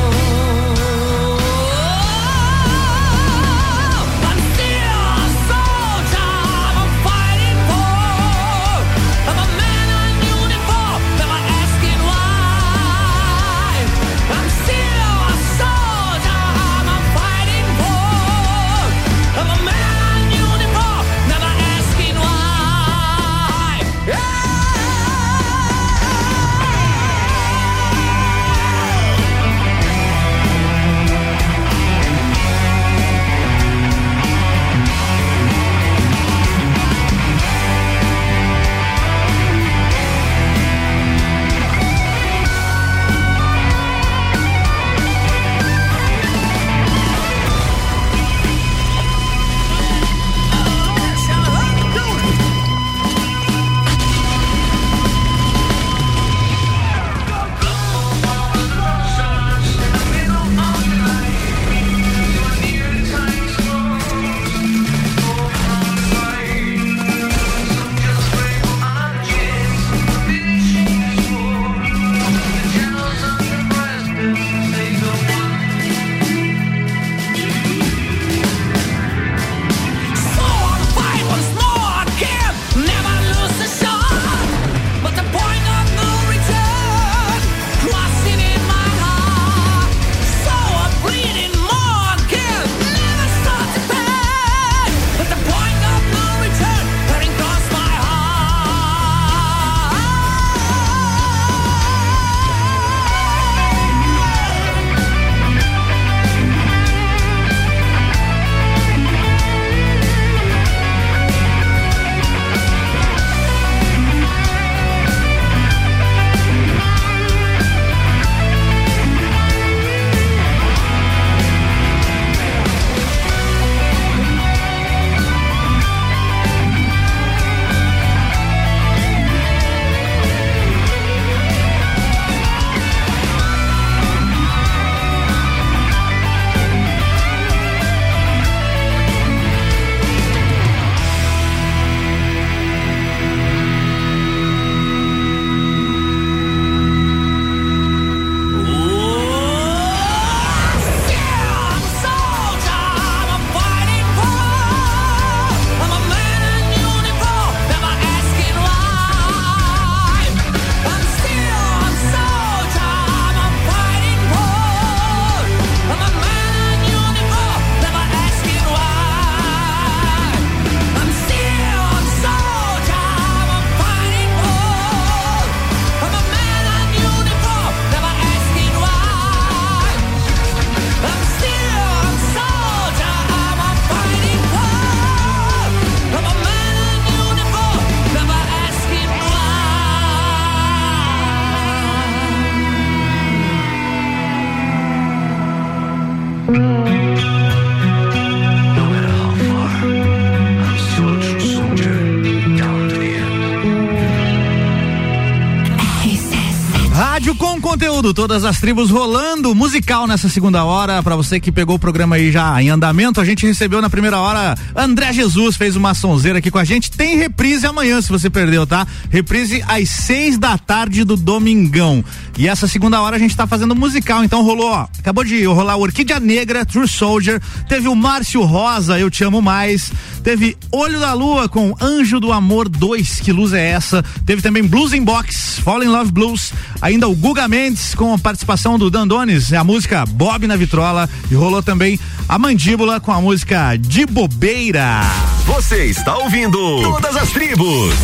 Conteúdo, todas as tribos rolando, musical nessa segunda hora. Pra você que pegou o programa aí já em andamento, a gente recebeu na primeira hora André Jesus, fez uma sonzeira aqui com a gente. Tem reprise amanhã, se você perdeu, tá? Reprise às seis da tarde do domingão. E essa segunda hora a gente tá fazendo musical, então rolou, ó, acabou de rolar o Orquídea Negra, True Soldier, teve o Márcio Rosa, Eu Te Amo Mais, teve Olho da Lua com Anjo do Amor dois, Que Luz é Essa, teve também Blues in Box, Fall in Love Blues, ainda o Guga Mendes com a participação do Dandones, a música Bob na Vitrola, e rolou também a Mandíbula com a música De Bobeira. Você está ouvindo Todas as Tribos.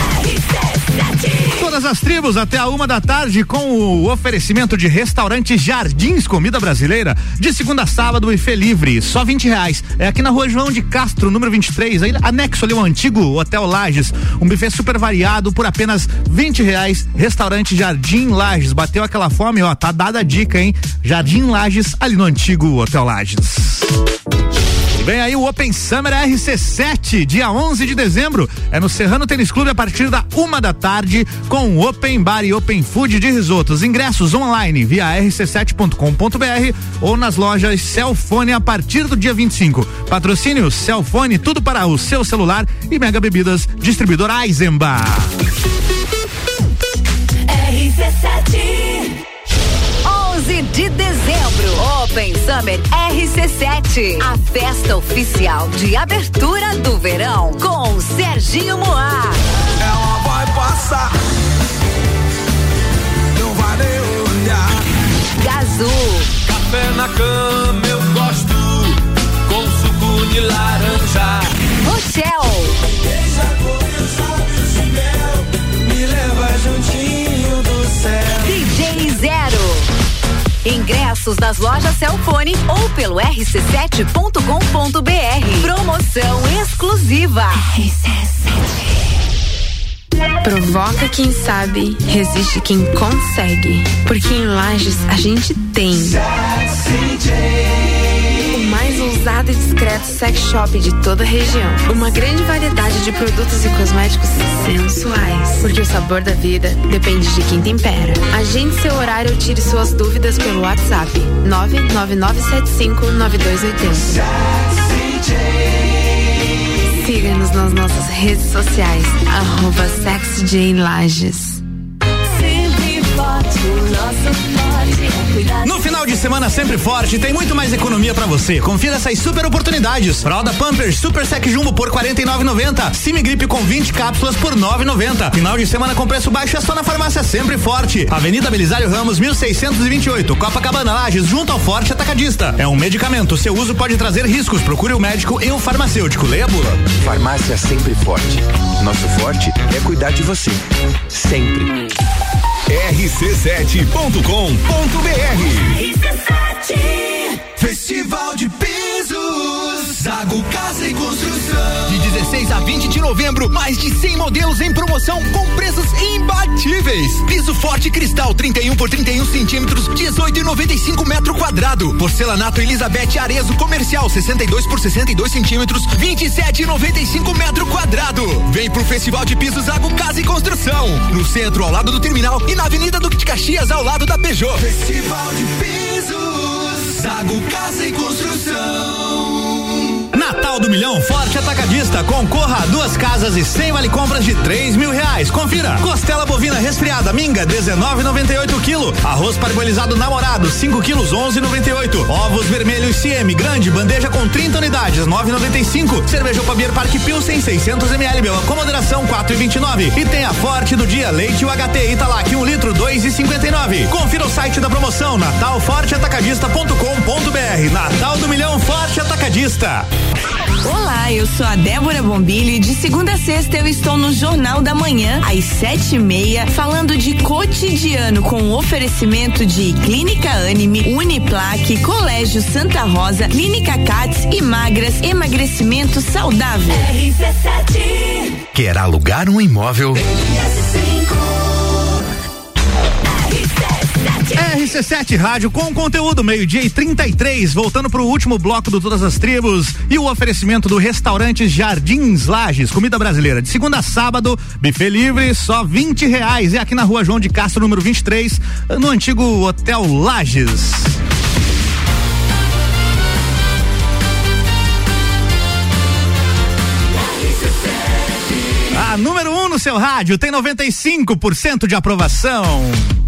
Todas as tribos até a uma da tarde com o oferecimento de restaurante Jardins Comida Brasileira, de segunda a sábado, buffet livre, só vinte reais. É aqui na rua João de Castro, número vinte e três, aí anexo ali o antigo Hotel Lages, um buffet super variado por apenas vinte reais. Restaurante Jardim Lages, bateu aquela fome, ó, tá dada a dica, hein? Jardim Lages, ali no antigo Hotel Lages. Vem aí o Open Summer R C sete, dia onze de dezembro. É no Serrano Tênis Clube a partir da uma da tarde, com Open Bar e Open Food de risotos. Ingressos online via r c sete ponto com ponto b r ou nas lojas Cellfone a partir do dia vinte e cinco. Patrocínio Cellfone, tudo para o seu celular, e Mega Bebidas, distribuidor Eisenbach. R C sete. onze de dezembro, Open Summer R C sete, a festa oficial de abertura do verão com Serginho Moá. Ela vai passar, não vai nem olhar. Gazul, café na cama eu gosto, com suco de laranja. Rochelle, deixa comer os lábios de mel, me leva juntinho do céu. D J Zero. Ingressos nas lojas Cellfone ou pelo r c sete ponto com ponto b r. Promoção exclusiva. R C sete. Provoca quem sabe, resiste quem consegue. Porque em Lages a gente tem o mais ousado e discreto sex shop de toda a região. Uma grande variedade de produtos e cosméticos sensuais. Porque o sabor da vida depende de quem tempera. Agende seu horário ou tire suas dúvidas pelo WhatsApp nove nove nove sete cinco nove dois oito zero. Siga-nos nas nossas redes sociais, arroba SexyJLages. Sempre forte, o nosso forte é cuidar. No final de semana sempre forte, tem muito mais economia pra você. Confira essas super oportunidades. Fralda Pampers Super Sec Jumbo por quarenta e nove reais e noventa centavos. Simigripe com vinte cápsulas por nove reais e noventa centavos. Final de semana com preço baixo é só na farmácia Sempre Forte. Avenida Belisário Ramos, mil seiscentos e vinte e oito, Copacabana, Lages, junto ao Forte Atacadista. É um medicamento, seu uso pode trazer riscos. Procure o médico e o farmacêutico. Leia a bula. Farmácia Sempre Forte. Nosso forte é cuidar de você. Sempre. r c sete ponto com ponto b r. R C sete. Festival de Pisos, Zago Casa e Construção. De dezesseis a vinte de novembro, mais de cem modelos em promoção com preços imbatíveis. Piso forte cristal trinta e um por trinta e um centímetros, dezoito e noventa e cinco metro quadrado. Porcelanato Elizabeth Arezo comercial sessenta e dois por sessenta e dois centímetros, vinte e sete e noventa e cinco metro quadrado. Vem pro Festival de Pisos Zago Casa e Construção, no centro ao lado do terminal e na Avenida Duque de Caxias ao lado da Peugeot. Festival de Pisos, Zago Casa e Construção. Natal do Milhão Forte Atacadista. Concorra a duas casas e cem vale compras de três mil reais. Confira. Costela bovina resfriada Minga dezenove e noventa e oito quilo. Arroz parbolizado Namorado cinco quilos onze e noventa e oito. Ovos vermelhos C M grande bandeja com trinta unidades nove e noventa e cinco. Cerveja Opabier Parque Pilsen seiscentos mililitros com moderação quatro e vinte e nove. E tem a forte do dia leite U H T Italac um litro dois e cinquenta e nove. Confira o site da promoção natal forte atacadista ponto com ponto b r. Natal do Milhão Forte Atacadista. Olá, eu sou a Débora Bombilho e de segunda a sexta eu estou no Jornal da Manhã, às sete e meia, falando de cotidiano com oferecimento de Clínica Anime, Uniplaque, Colégio Santa Rosa, Clínica Cats e Magras, emagrecimento saudável. R C sete. Quer alugar um imóvel? R C sete Rádio com conteúdo, meio-dia e trinta e três, voltando pro último bloco do Todas as Tribos e o oferecimento do restaurante Jardins Lages, comida brasileira de segunda a sábado, buffet livre, só vinte reais. É aqui na rua João de Castro, número vinte e três, no antigo Hotel Lages. A número um no seu rádio tem noventa e cinco por cento de aprovação.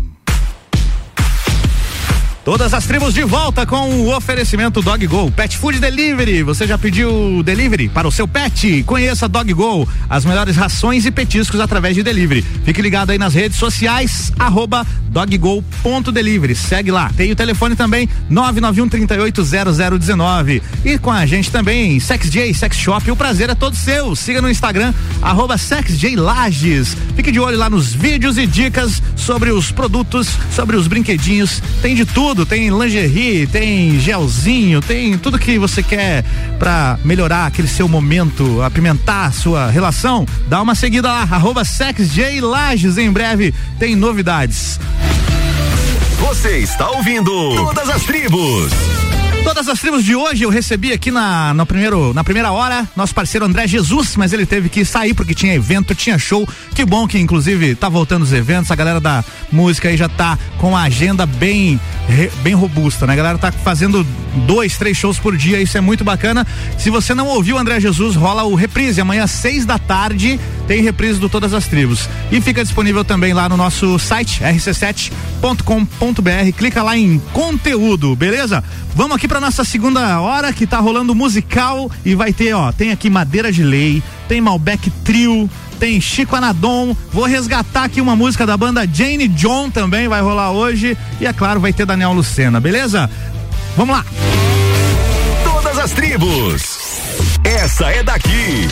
Todas as tribos de volta com o oferecimento Dog Go, Pet Food Delivery. Você já pediu delivery para o seu pet? Conheça Dog Go, as melhores rações e petiscos através de delivery. Fique ligado aí nas redes sociais, arroba doggo.delivery. Segue lá. Tem o telefone também, nove nove um, trinta e oito, zero zero um nove. E com a gente também, SexJ Sex Shop. O prazer é todo seu. Siga no Instagram, arroba SexJLages. Fique de olho lá nos vídeos e dicas sobre os produtos, sobre os brinquedinhos. Tem de tudo. Tem lingerie, tem gelzinho, tem tudo que você quer pra melhorar aquele seu momento, apimentar a sua relação. Dá uma seguida lá, arroba SexJLages. Em breve tem novidades. Você está ouvindo Todas as Tribos. Todas as tribos de hoje eu recebi aqui na, no primeiro, na primeira hora nosso parceiro André Jesus, mas ele teve que sair porque tinha evento, tinha show. Que bom que inclusive tá voltando os eventos, a galera da música aí já tá com a agenda bem, bem robusta, né? A galera tá fazendo dois, três shows por dia, isso é muito bacana. Se você não ouviu o André Jesus, rola o reprise, amanhã às seis da tarde tem reprise do Todas as Tribos. E fica disponível também lá no nosso site, r c sete ponto com ponto b r, clica lá em conteúdo, beleza? Vamos aqui pra nossa segunda hora que tá rolando musical e vai ter, ó, tem aqui Madeira de Lei, tem Malbec Trio, tem Chico Anadon, vou resgatar aqui uma música da banda Jane John também, vai rolar hoje e é claro, vai ter Daniel Lucena, beleza? Vamos lá! Todas as tribos, essa é daqui.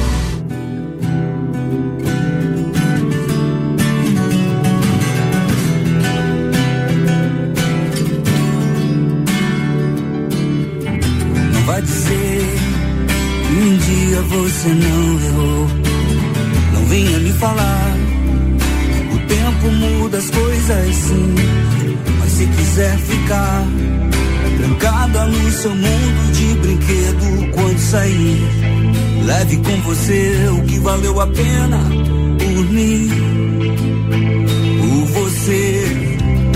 Vai dizer que um dia você não errou. Não venha me falar, o tempo muda as coisas sim. Mas se quiser ficar trancada no seu mundo de brinquedo, quando sair, leve com você o que valeu a pena por mim, por você.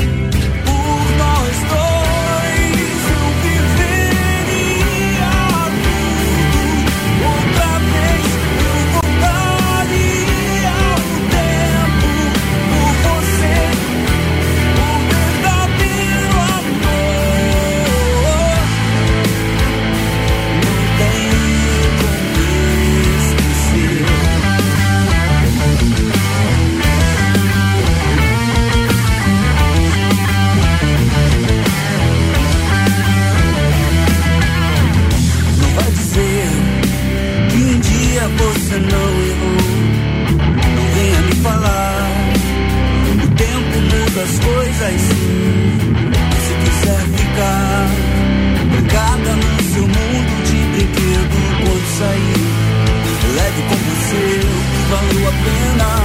Você não errou, não venha me falar, o tempo muda as coisas sim. Se quiser ficar trancada no seu mundo de brinquedo, quando sair, leve com você o que valeu a pena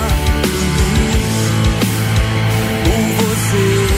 por você.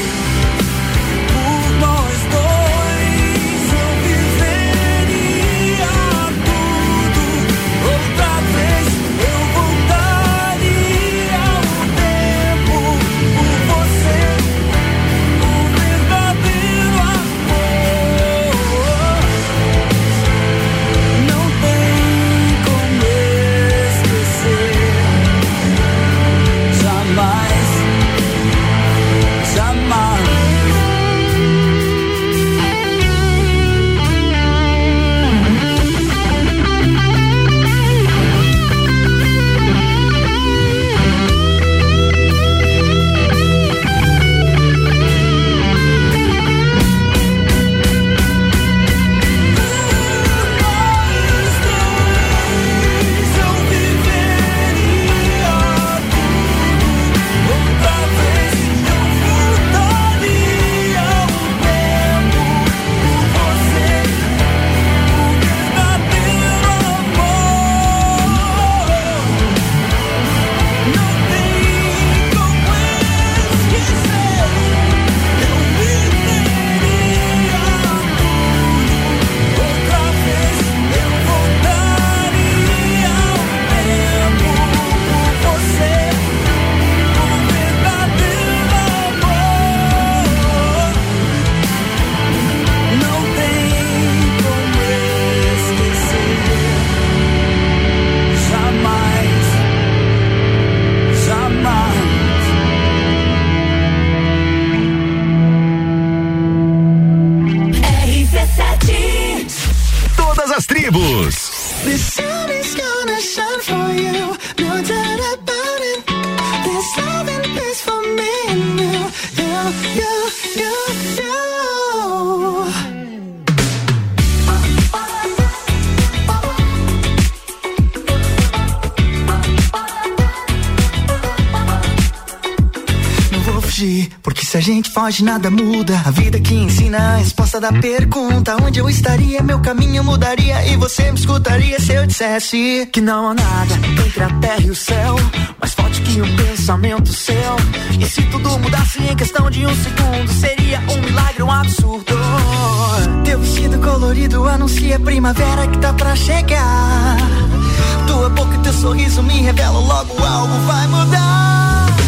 fugir, porque se a gente foge nada muda. A vida que ensina a resposta da pergunta: onde eu estaria, meu caminho mudaria. E você me escutaria se eu dissesse que não há nada entre a terra e o céu mais forte que um pensamento seu. E se tudo mudasse em questão de um segundo, seria um milagre, um absurdo. Teu vestido colorido anuncia a primavera que tá pra chegar. Tua boca e teu sorriso me revelam logo algo vai mudar.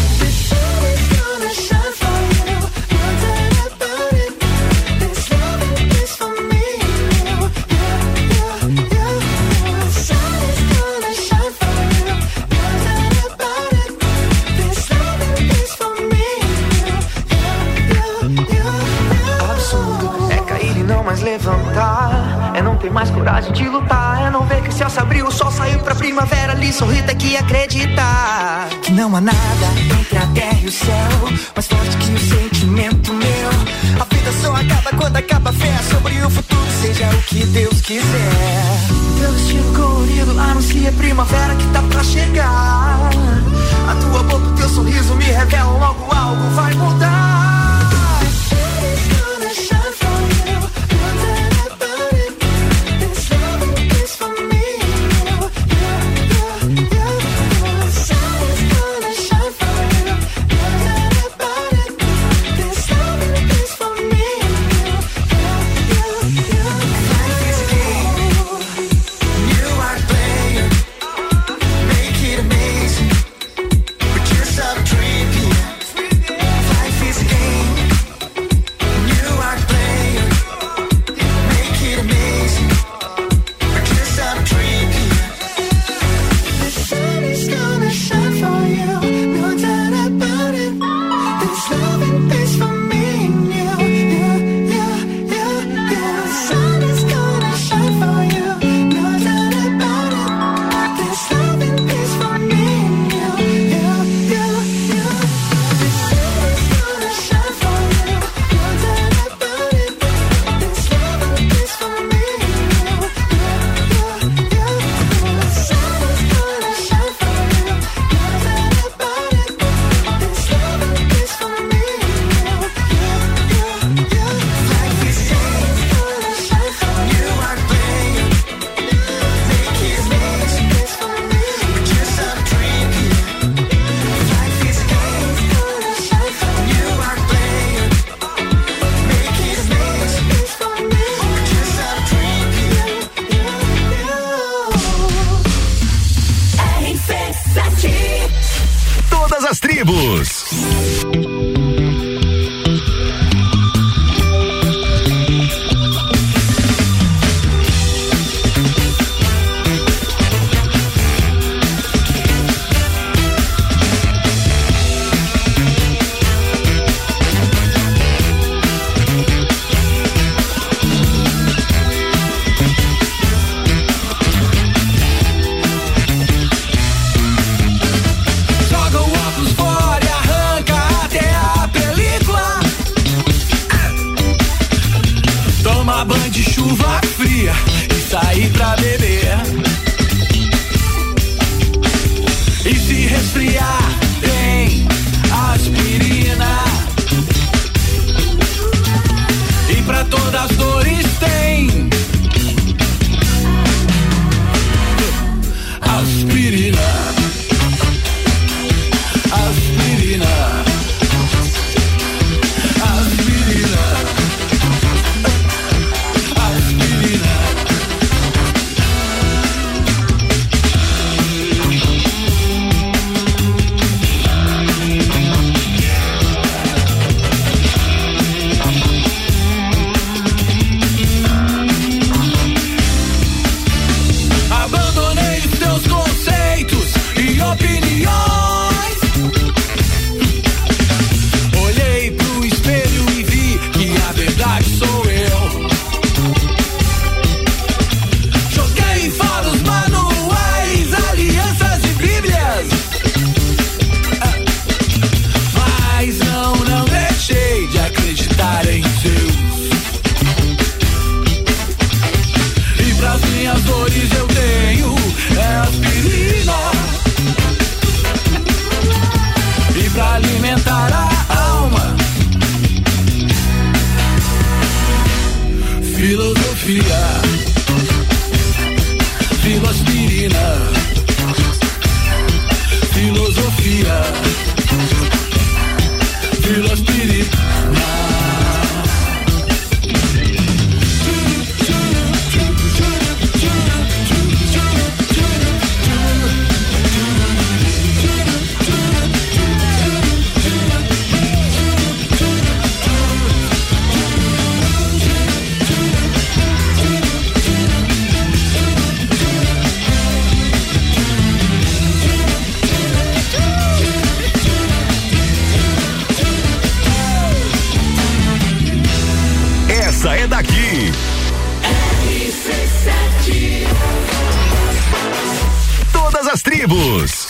Levantar, é não ter mais coragem de lutar, é não ver que o céu se abriu, o sol saiu pra primavera, ali sorrir tem que acreditar que não há nada entre a terra e o céu mais forte que o sentimento meu. A vida só acaba quando acaba a fé sobre o futuro, seja o que Deus quiser. Teu vestido colorido anuncia a primavera que tá pra chegar. A tua boca, o teu sorriso me revelam logo algo vai mudar. Aspirina. é daqui. R C sete. Todas as tribos.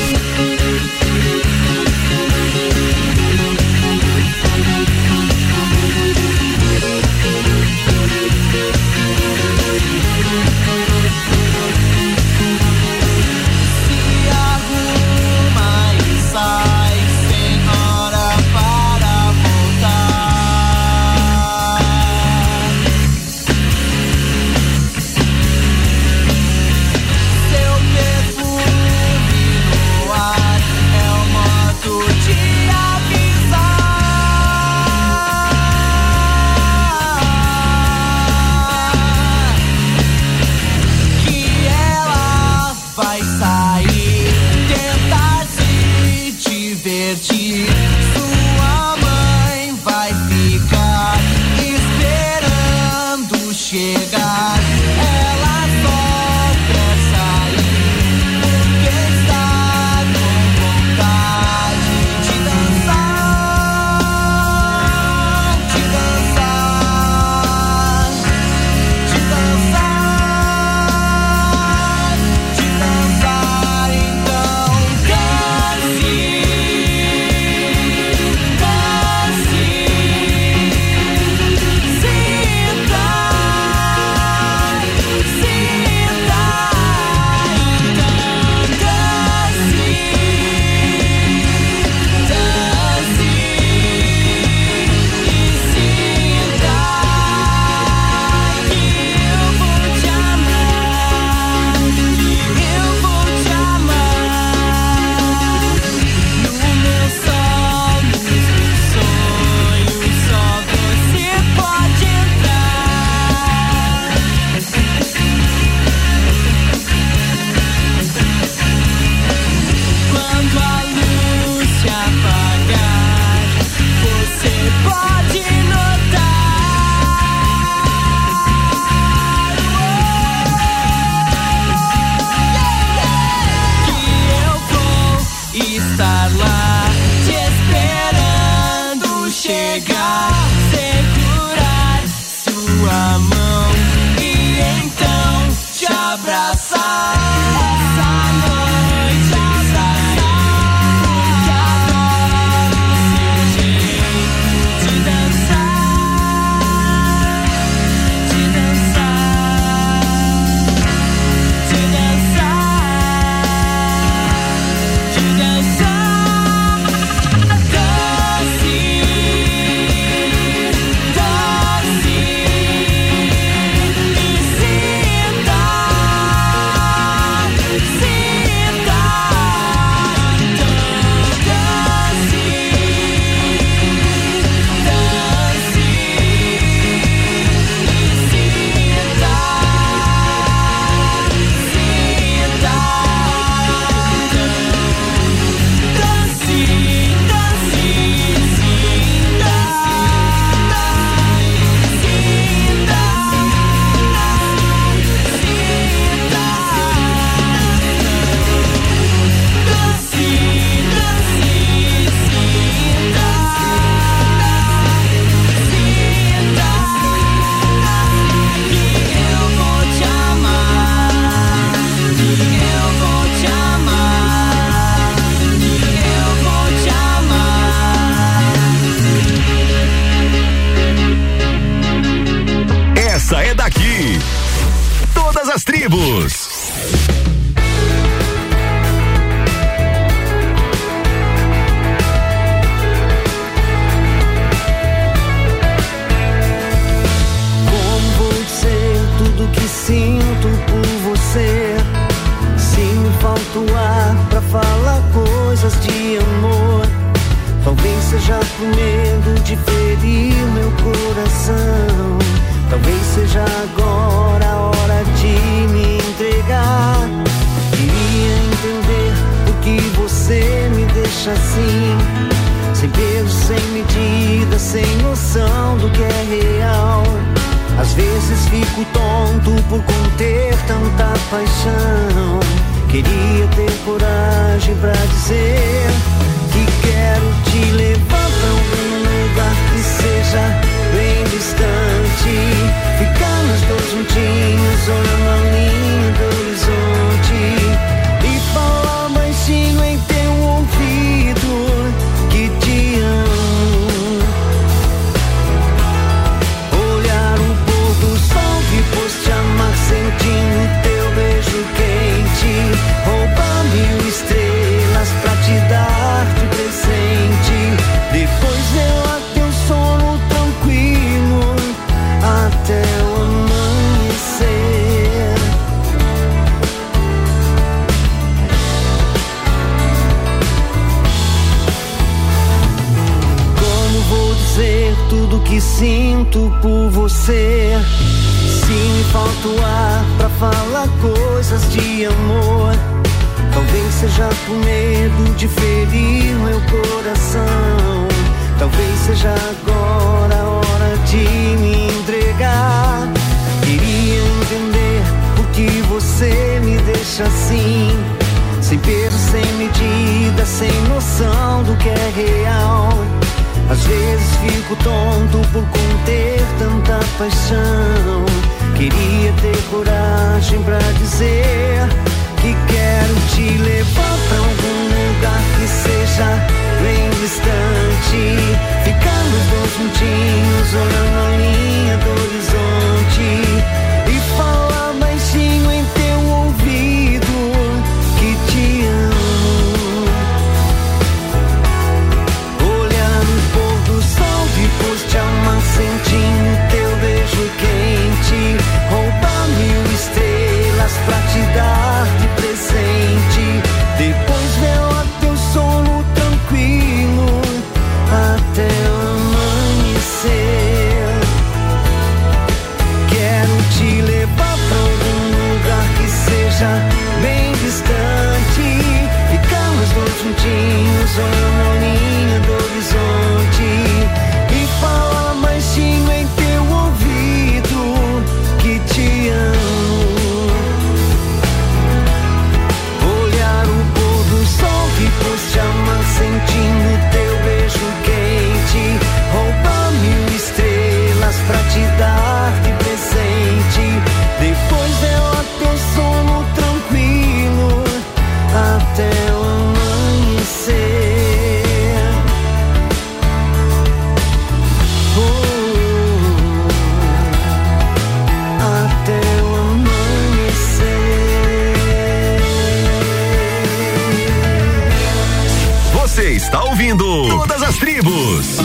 tribos. Como vou dizer tudo que sinto por você? Se me falta o ar pra falar coisas de amor, talvez seja por medo de ferir meu coração. Talvez seja agora a hora de me entregar. Queria entender por que você me deixa assim, sem peso, sem medida, sem noção do que é real. Às vezes fico tonto por conter tanta paixão. Queria ter coragem pra dizer que quero te levar pra algum lugar que seja bem distante. tudo que sinto por você. Se me falta o ar pra falar coisas de amor, talvez seja por medo de ferir meu coração. Talvez seja agora a hora de me entregar. Queria entender por que você me deixa assim, sem peso, sem medida, sem noção do que é real. Às vezes fico tonto por conter tanta paixão. Queria ter coragem pra dizer que quero te levar pra algum lugar que seja bem distante. Ficar nos dois juntinhos, olhando a linha do horizonte, e falar baixinho em teu ouvido que te amo. Olhar no pôr do sol, depois te amar sentindo teu beijo quente. Roubar mil estrelas pra te dar de presente. Depois velar teu sono tranquilo até amanhecer. Quero te levar pra algum lugar que seja bem distante. Ficar os dois juntinhos, olhando a linha do horizonte, e falar baixinho em teu ouvido que te amo. Olhar o pôr do sol, depois te amar sentindo teu beijo quente. Roubar mil estrelas pra te dar de presente. Depois dela teu sono tranquilo até o amanhecer. Oh, até o amanhecer. Você está ouvindo Todas as Tribos.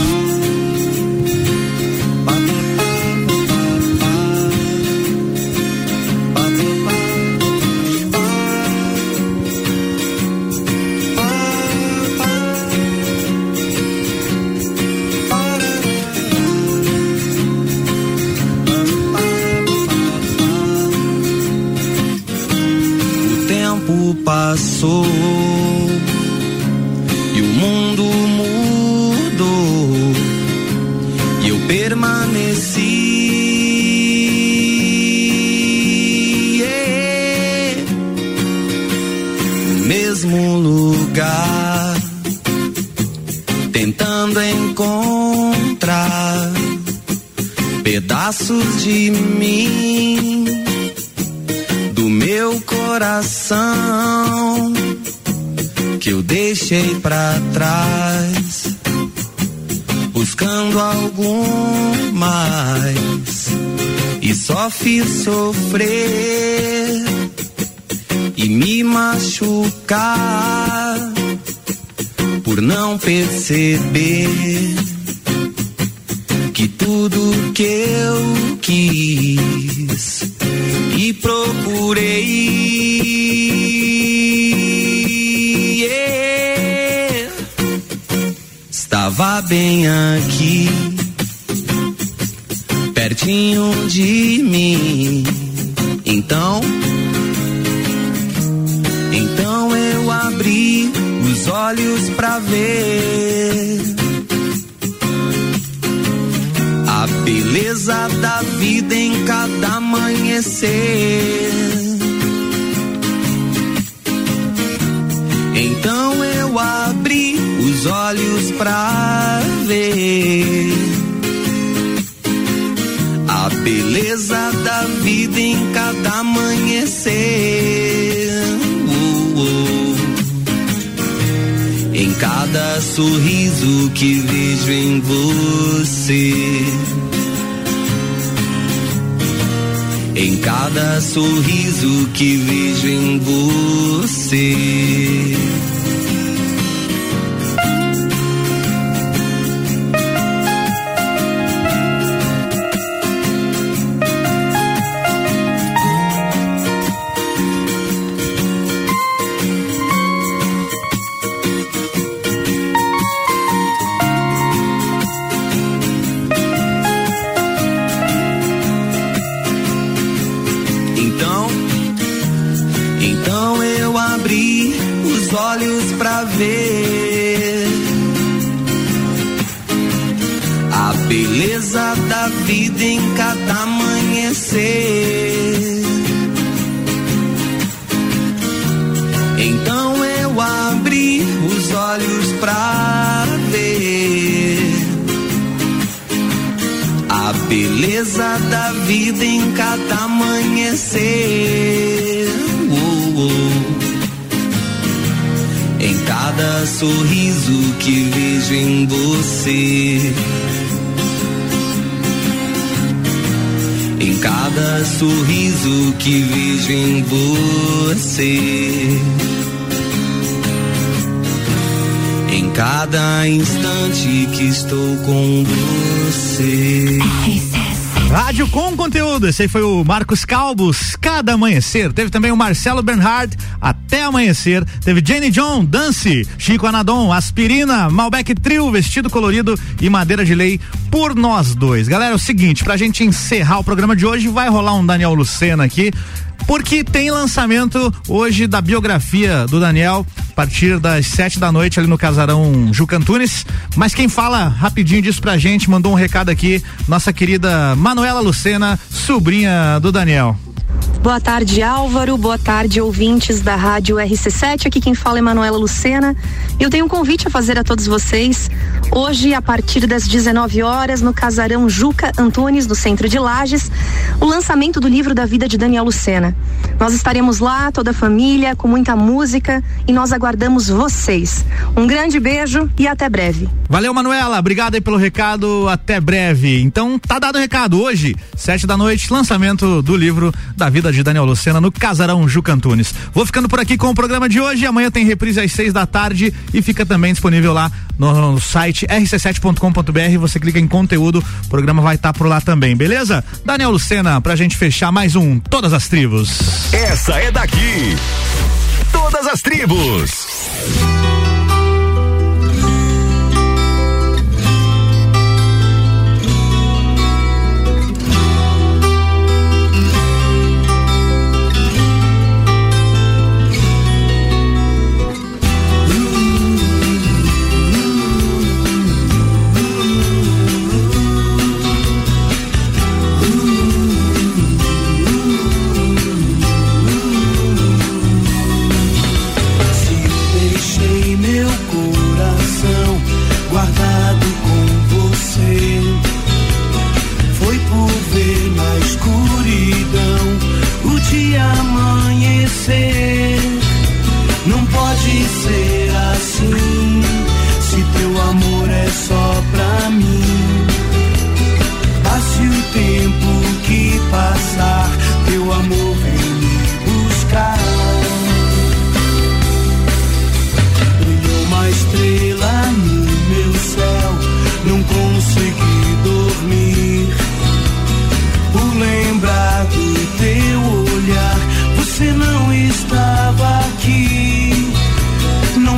O tempo passou e o mundo mudou, e eu permaneci, yeah, no mesmo lugar, tentando encontrar pedaços de mim, do meu coração, que eu deixei pra trás, buscando algo mais, e só fiz sofrer e me machucar por não perceber que tudo que eu quis e procurei, yeah, estava bem aqui, pertinho de mim. Então, então eu abri os olhos pra ver a beleza da vida em cada amanhecer. Então eu abri os olhos pra ver a beleza da vida em cada amanhecer. Uh, uh. Em cada sorriso que vejo em você, em cada sorriso que vejo em você. os olhos pra ver a beleza da vida em cada amanhecer. Então eu abri os olhos pra ver a beleza da vida em cada amanhecer. Oh, oh. Em cada sorriso que vejo em você, em cada sorriso que vejo em você, em cada instante que estou com você. Rádio com conteúdo, esse aí foi o Marcos Calbos, Cada Amanhecer. Teve também o Marcelo Bernhard, Até Amanhecer. Teve Jenny John, Dance, Chico Anadon, Aspirina, Malbec Trio, Vestido Colorido e Madeira de Lei, Por Nós Dois. Galera, é o seguinte, pra gente encerrar o programa de hoje, vai rolar um Daniel Lucena aqui, porque tem lançamento hoje da biografia do Daniel, a partir das sete da noite ali no Casarão Juca Antunes. Mas quem fala rapidinho disso pra gente, mandou um recado aqui, nossa querida Manuela Lucena, sobrinha do Daniel. Boa tarde, Álvaro. Boa tarde, ouvintes da Rádio R C sete. Aqui quem fala é Manuela Lucena. Eu tenho um convite a fazer a todos vocês. Hoje, a partir das dezenove horas, no Casarão Juca Antunes, no centro de Lages, o lançamento do livro da vida de Daniel Lucena. Nós estaremos lá, toda a família, com muita música, e nós aguardamos vocês. Um grande beijo e até breve. Valeu, Manuela. Obrigado aí pelo recado. Até breve. Então, tá dado o recado. Hoje, sete da noite, lançamento do livro da vida de Daniel Lucena no Casarão Juca Antunes. Vou ficando por aqui com o programa de hoje. Amanhã tem reprise às seis da tarde e fica também disponível lá no, no site r c sete ponto com ponto b r. Você clica em conteúdo, o programa vai estar tá por lá também, beleza? Daniel Lucena, pra gente fechar mais um Todas as Tribos. Essa é daqui. Todas as Tribos. Não pode ser assim, se teu amor é só pra mim. Passe o tempo que passar, teu amor vem me buscar. Brilhou uma estrela no meu céu, não consegui dormir. Por lembrar do teu olhar, você não estava aqui. Não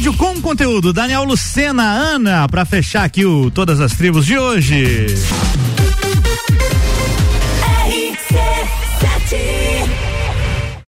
Rádio com conteúdo, Daniel Lucena, Ana, pra fechar aqui o Todas as Tribos de hoje. R C sete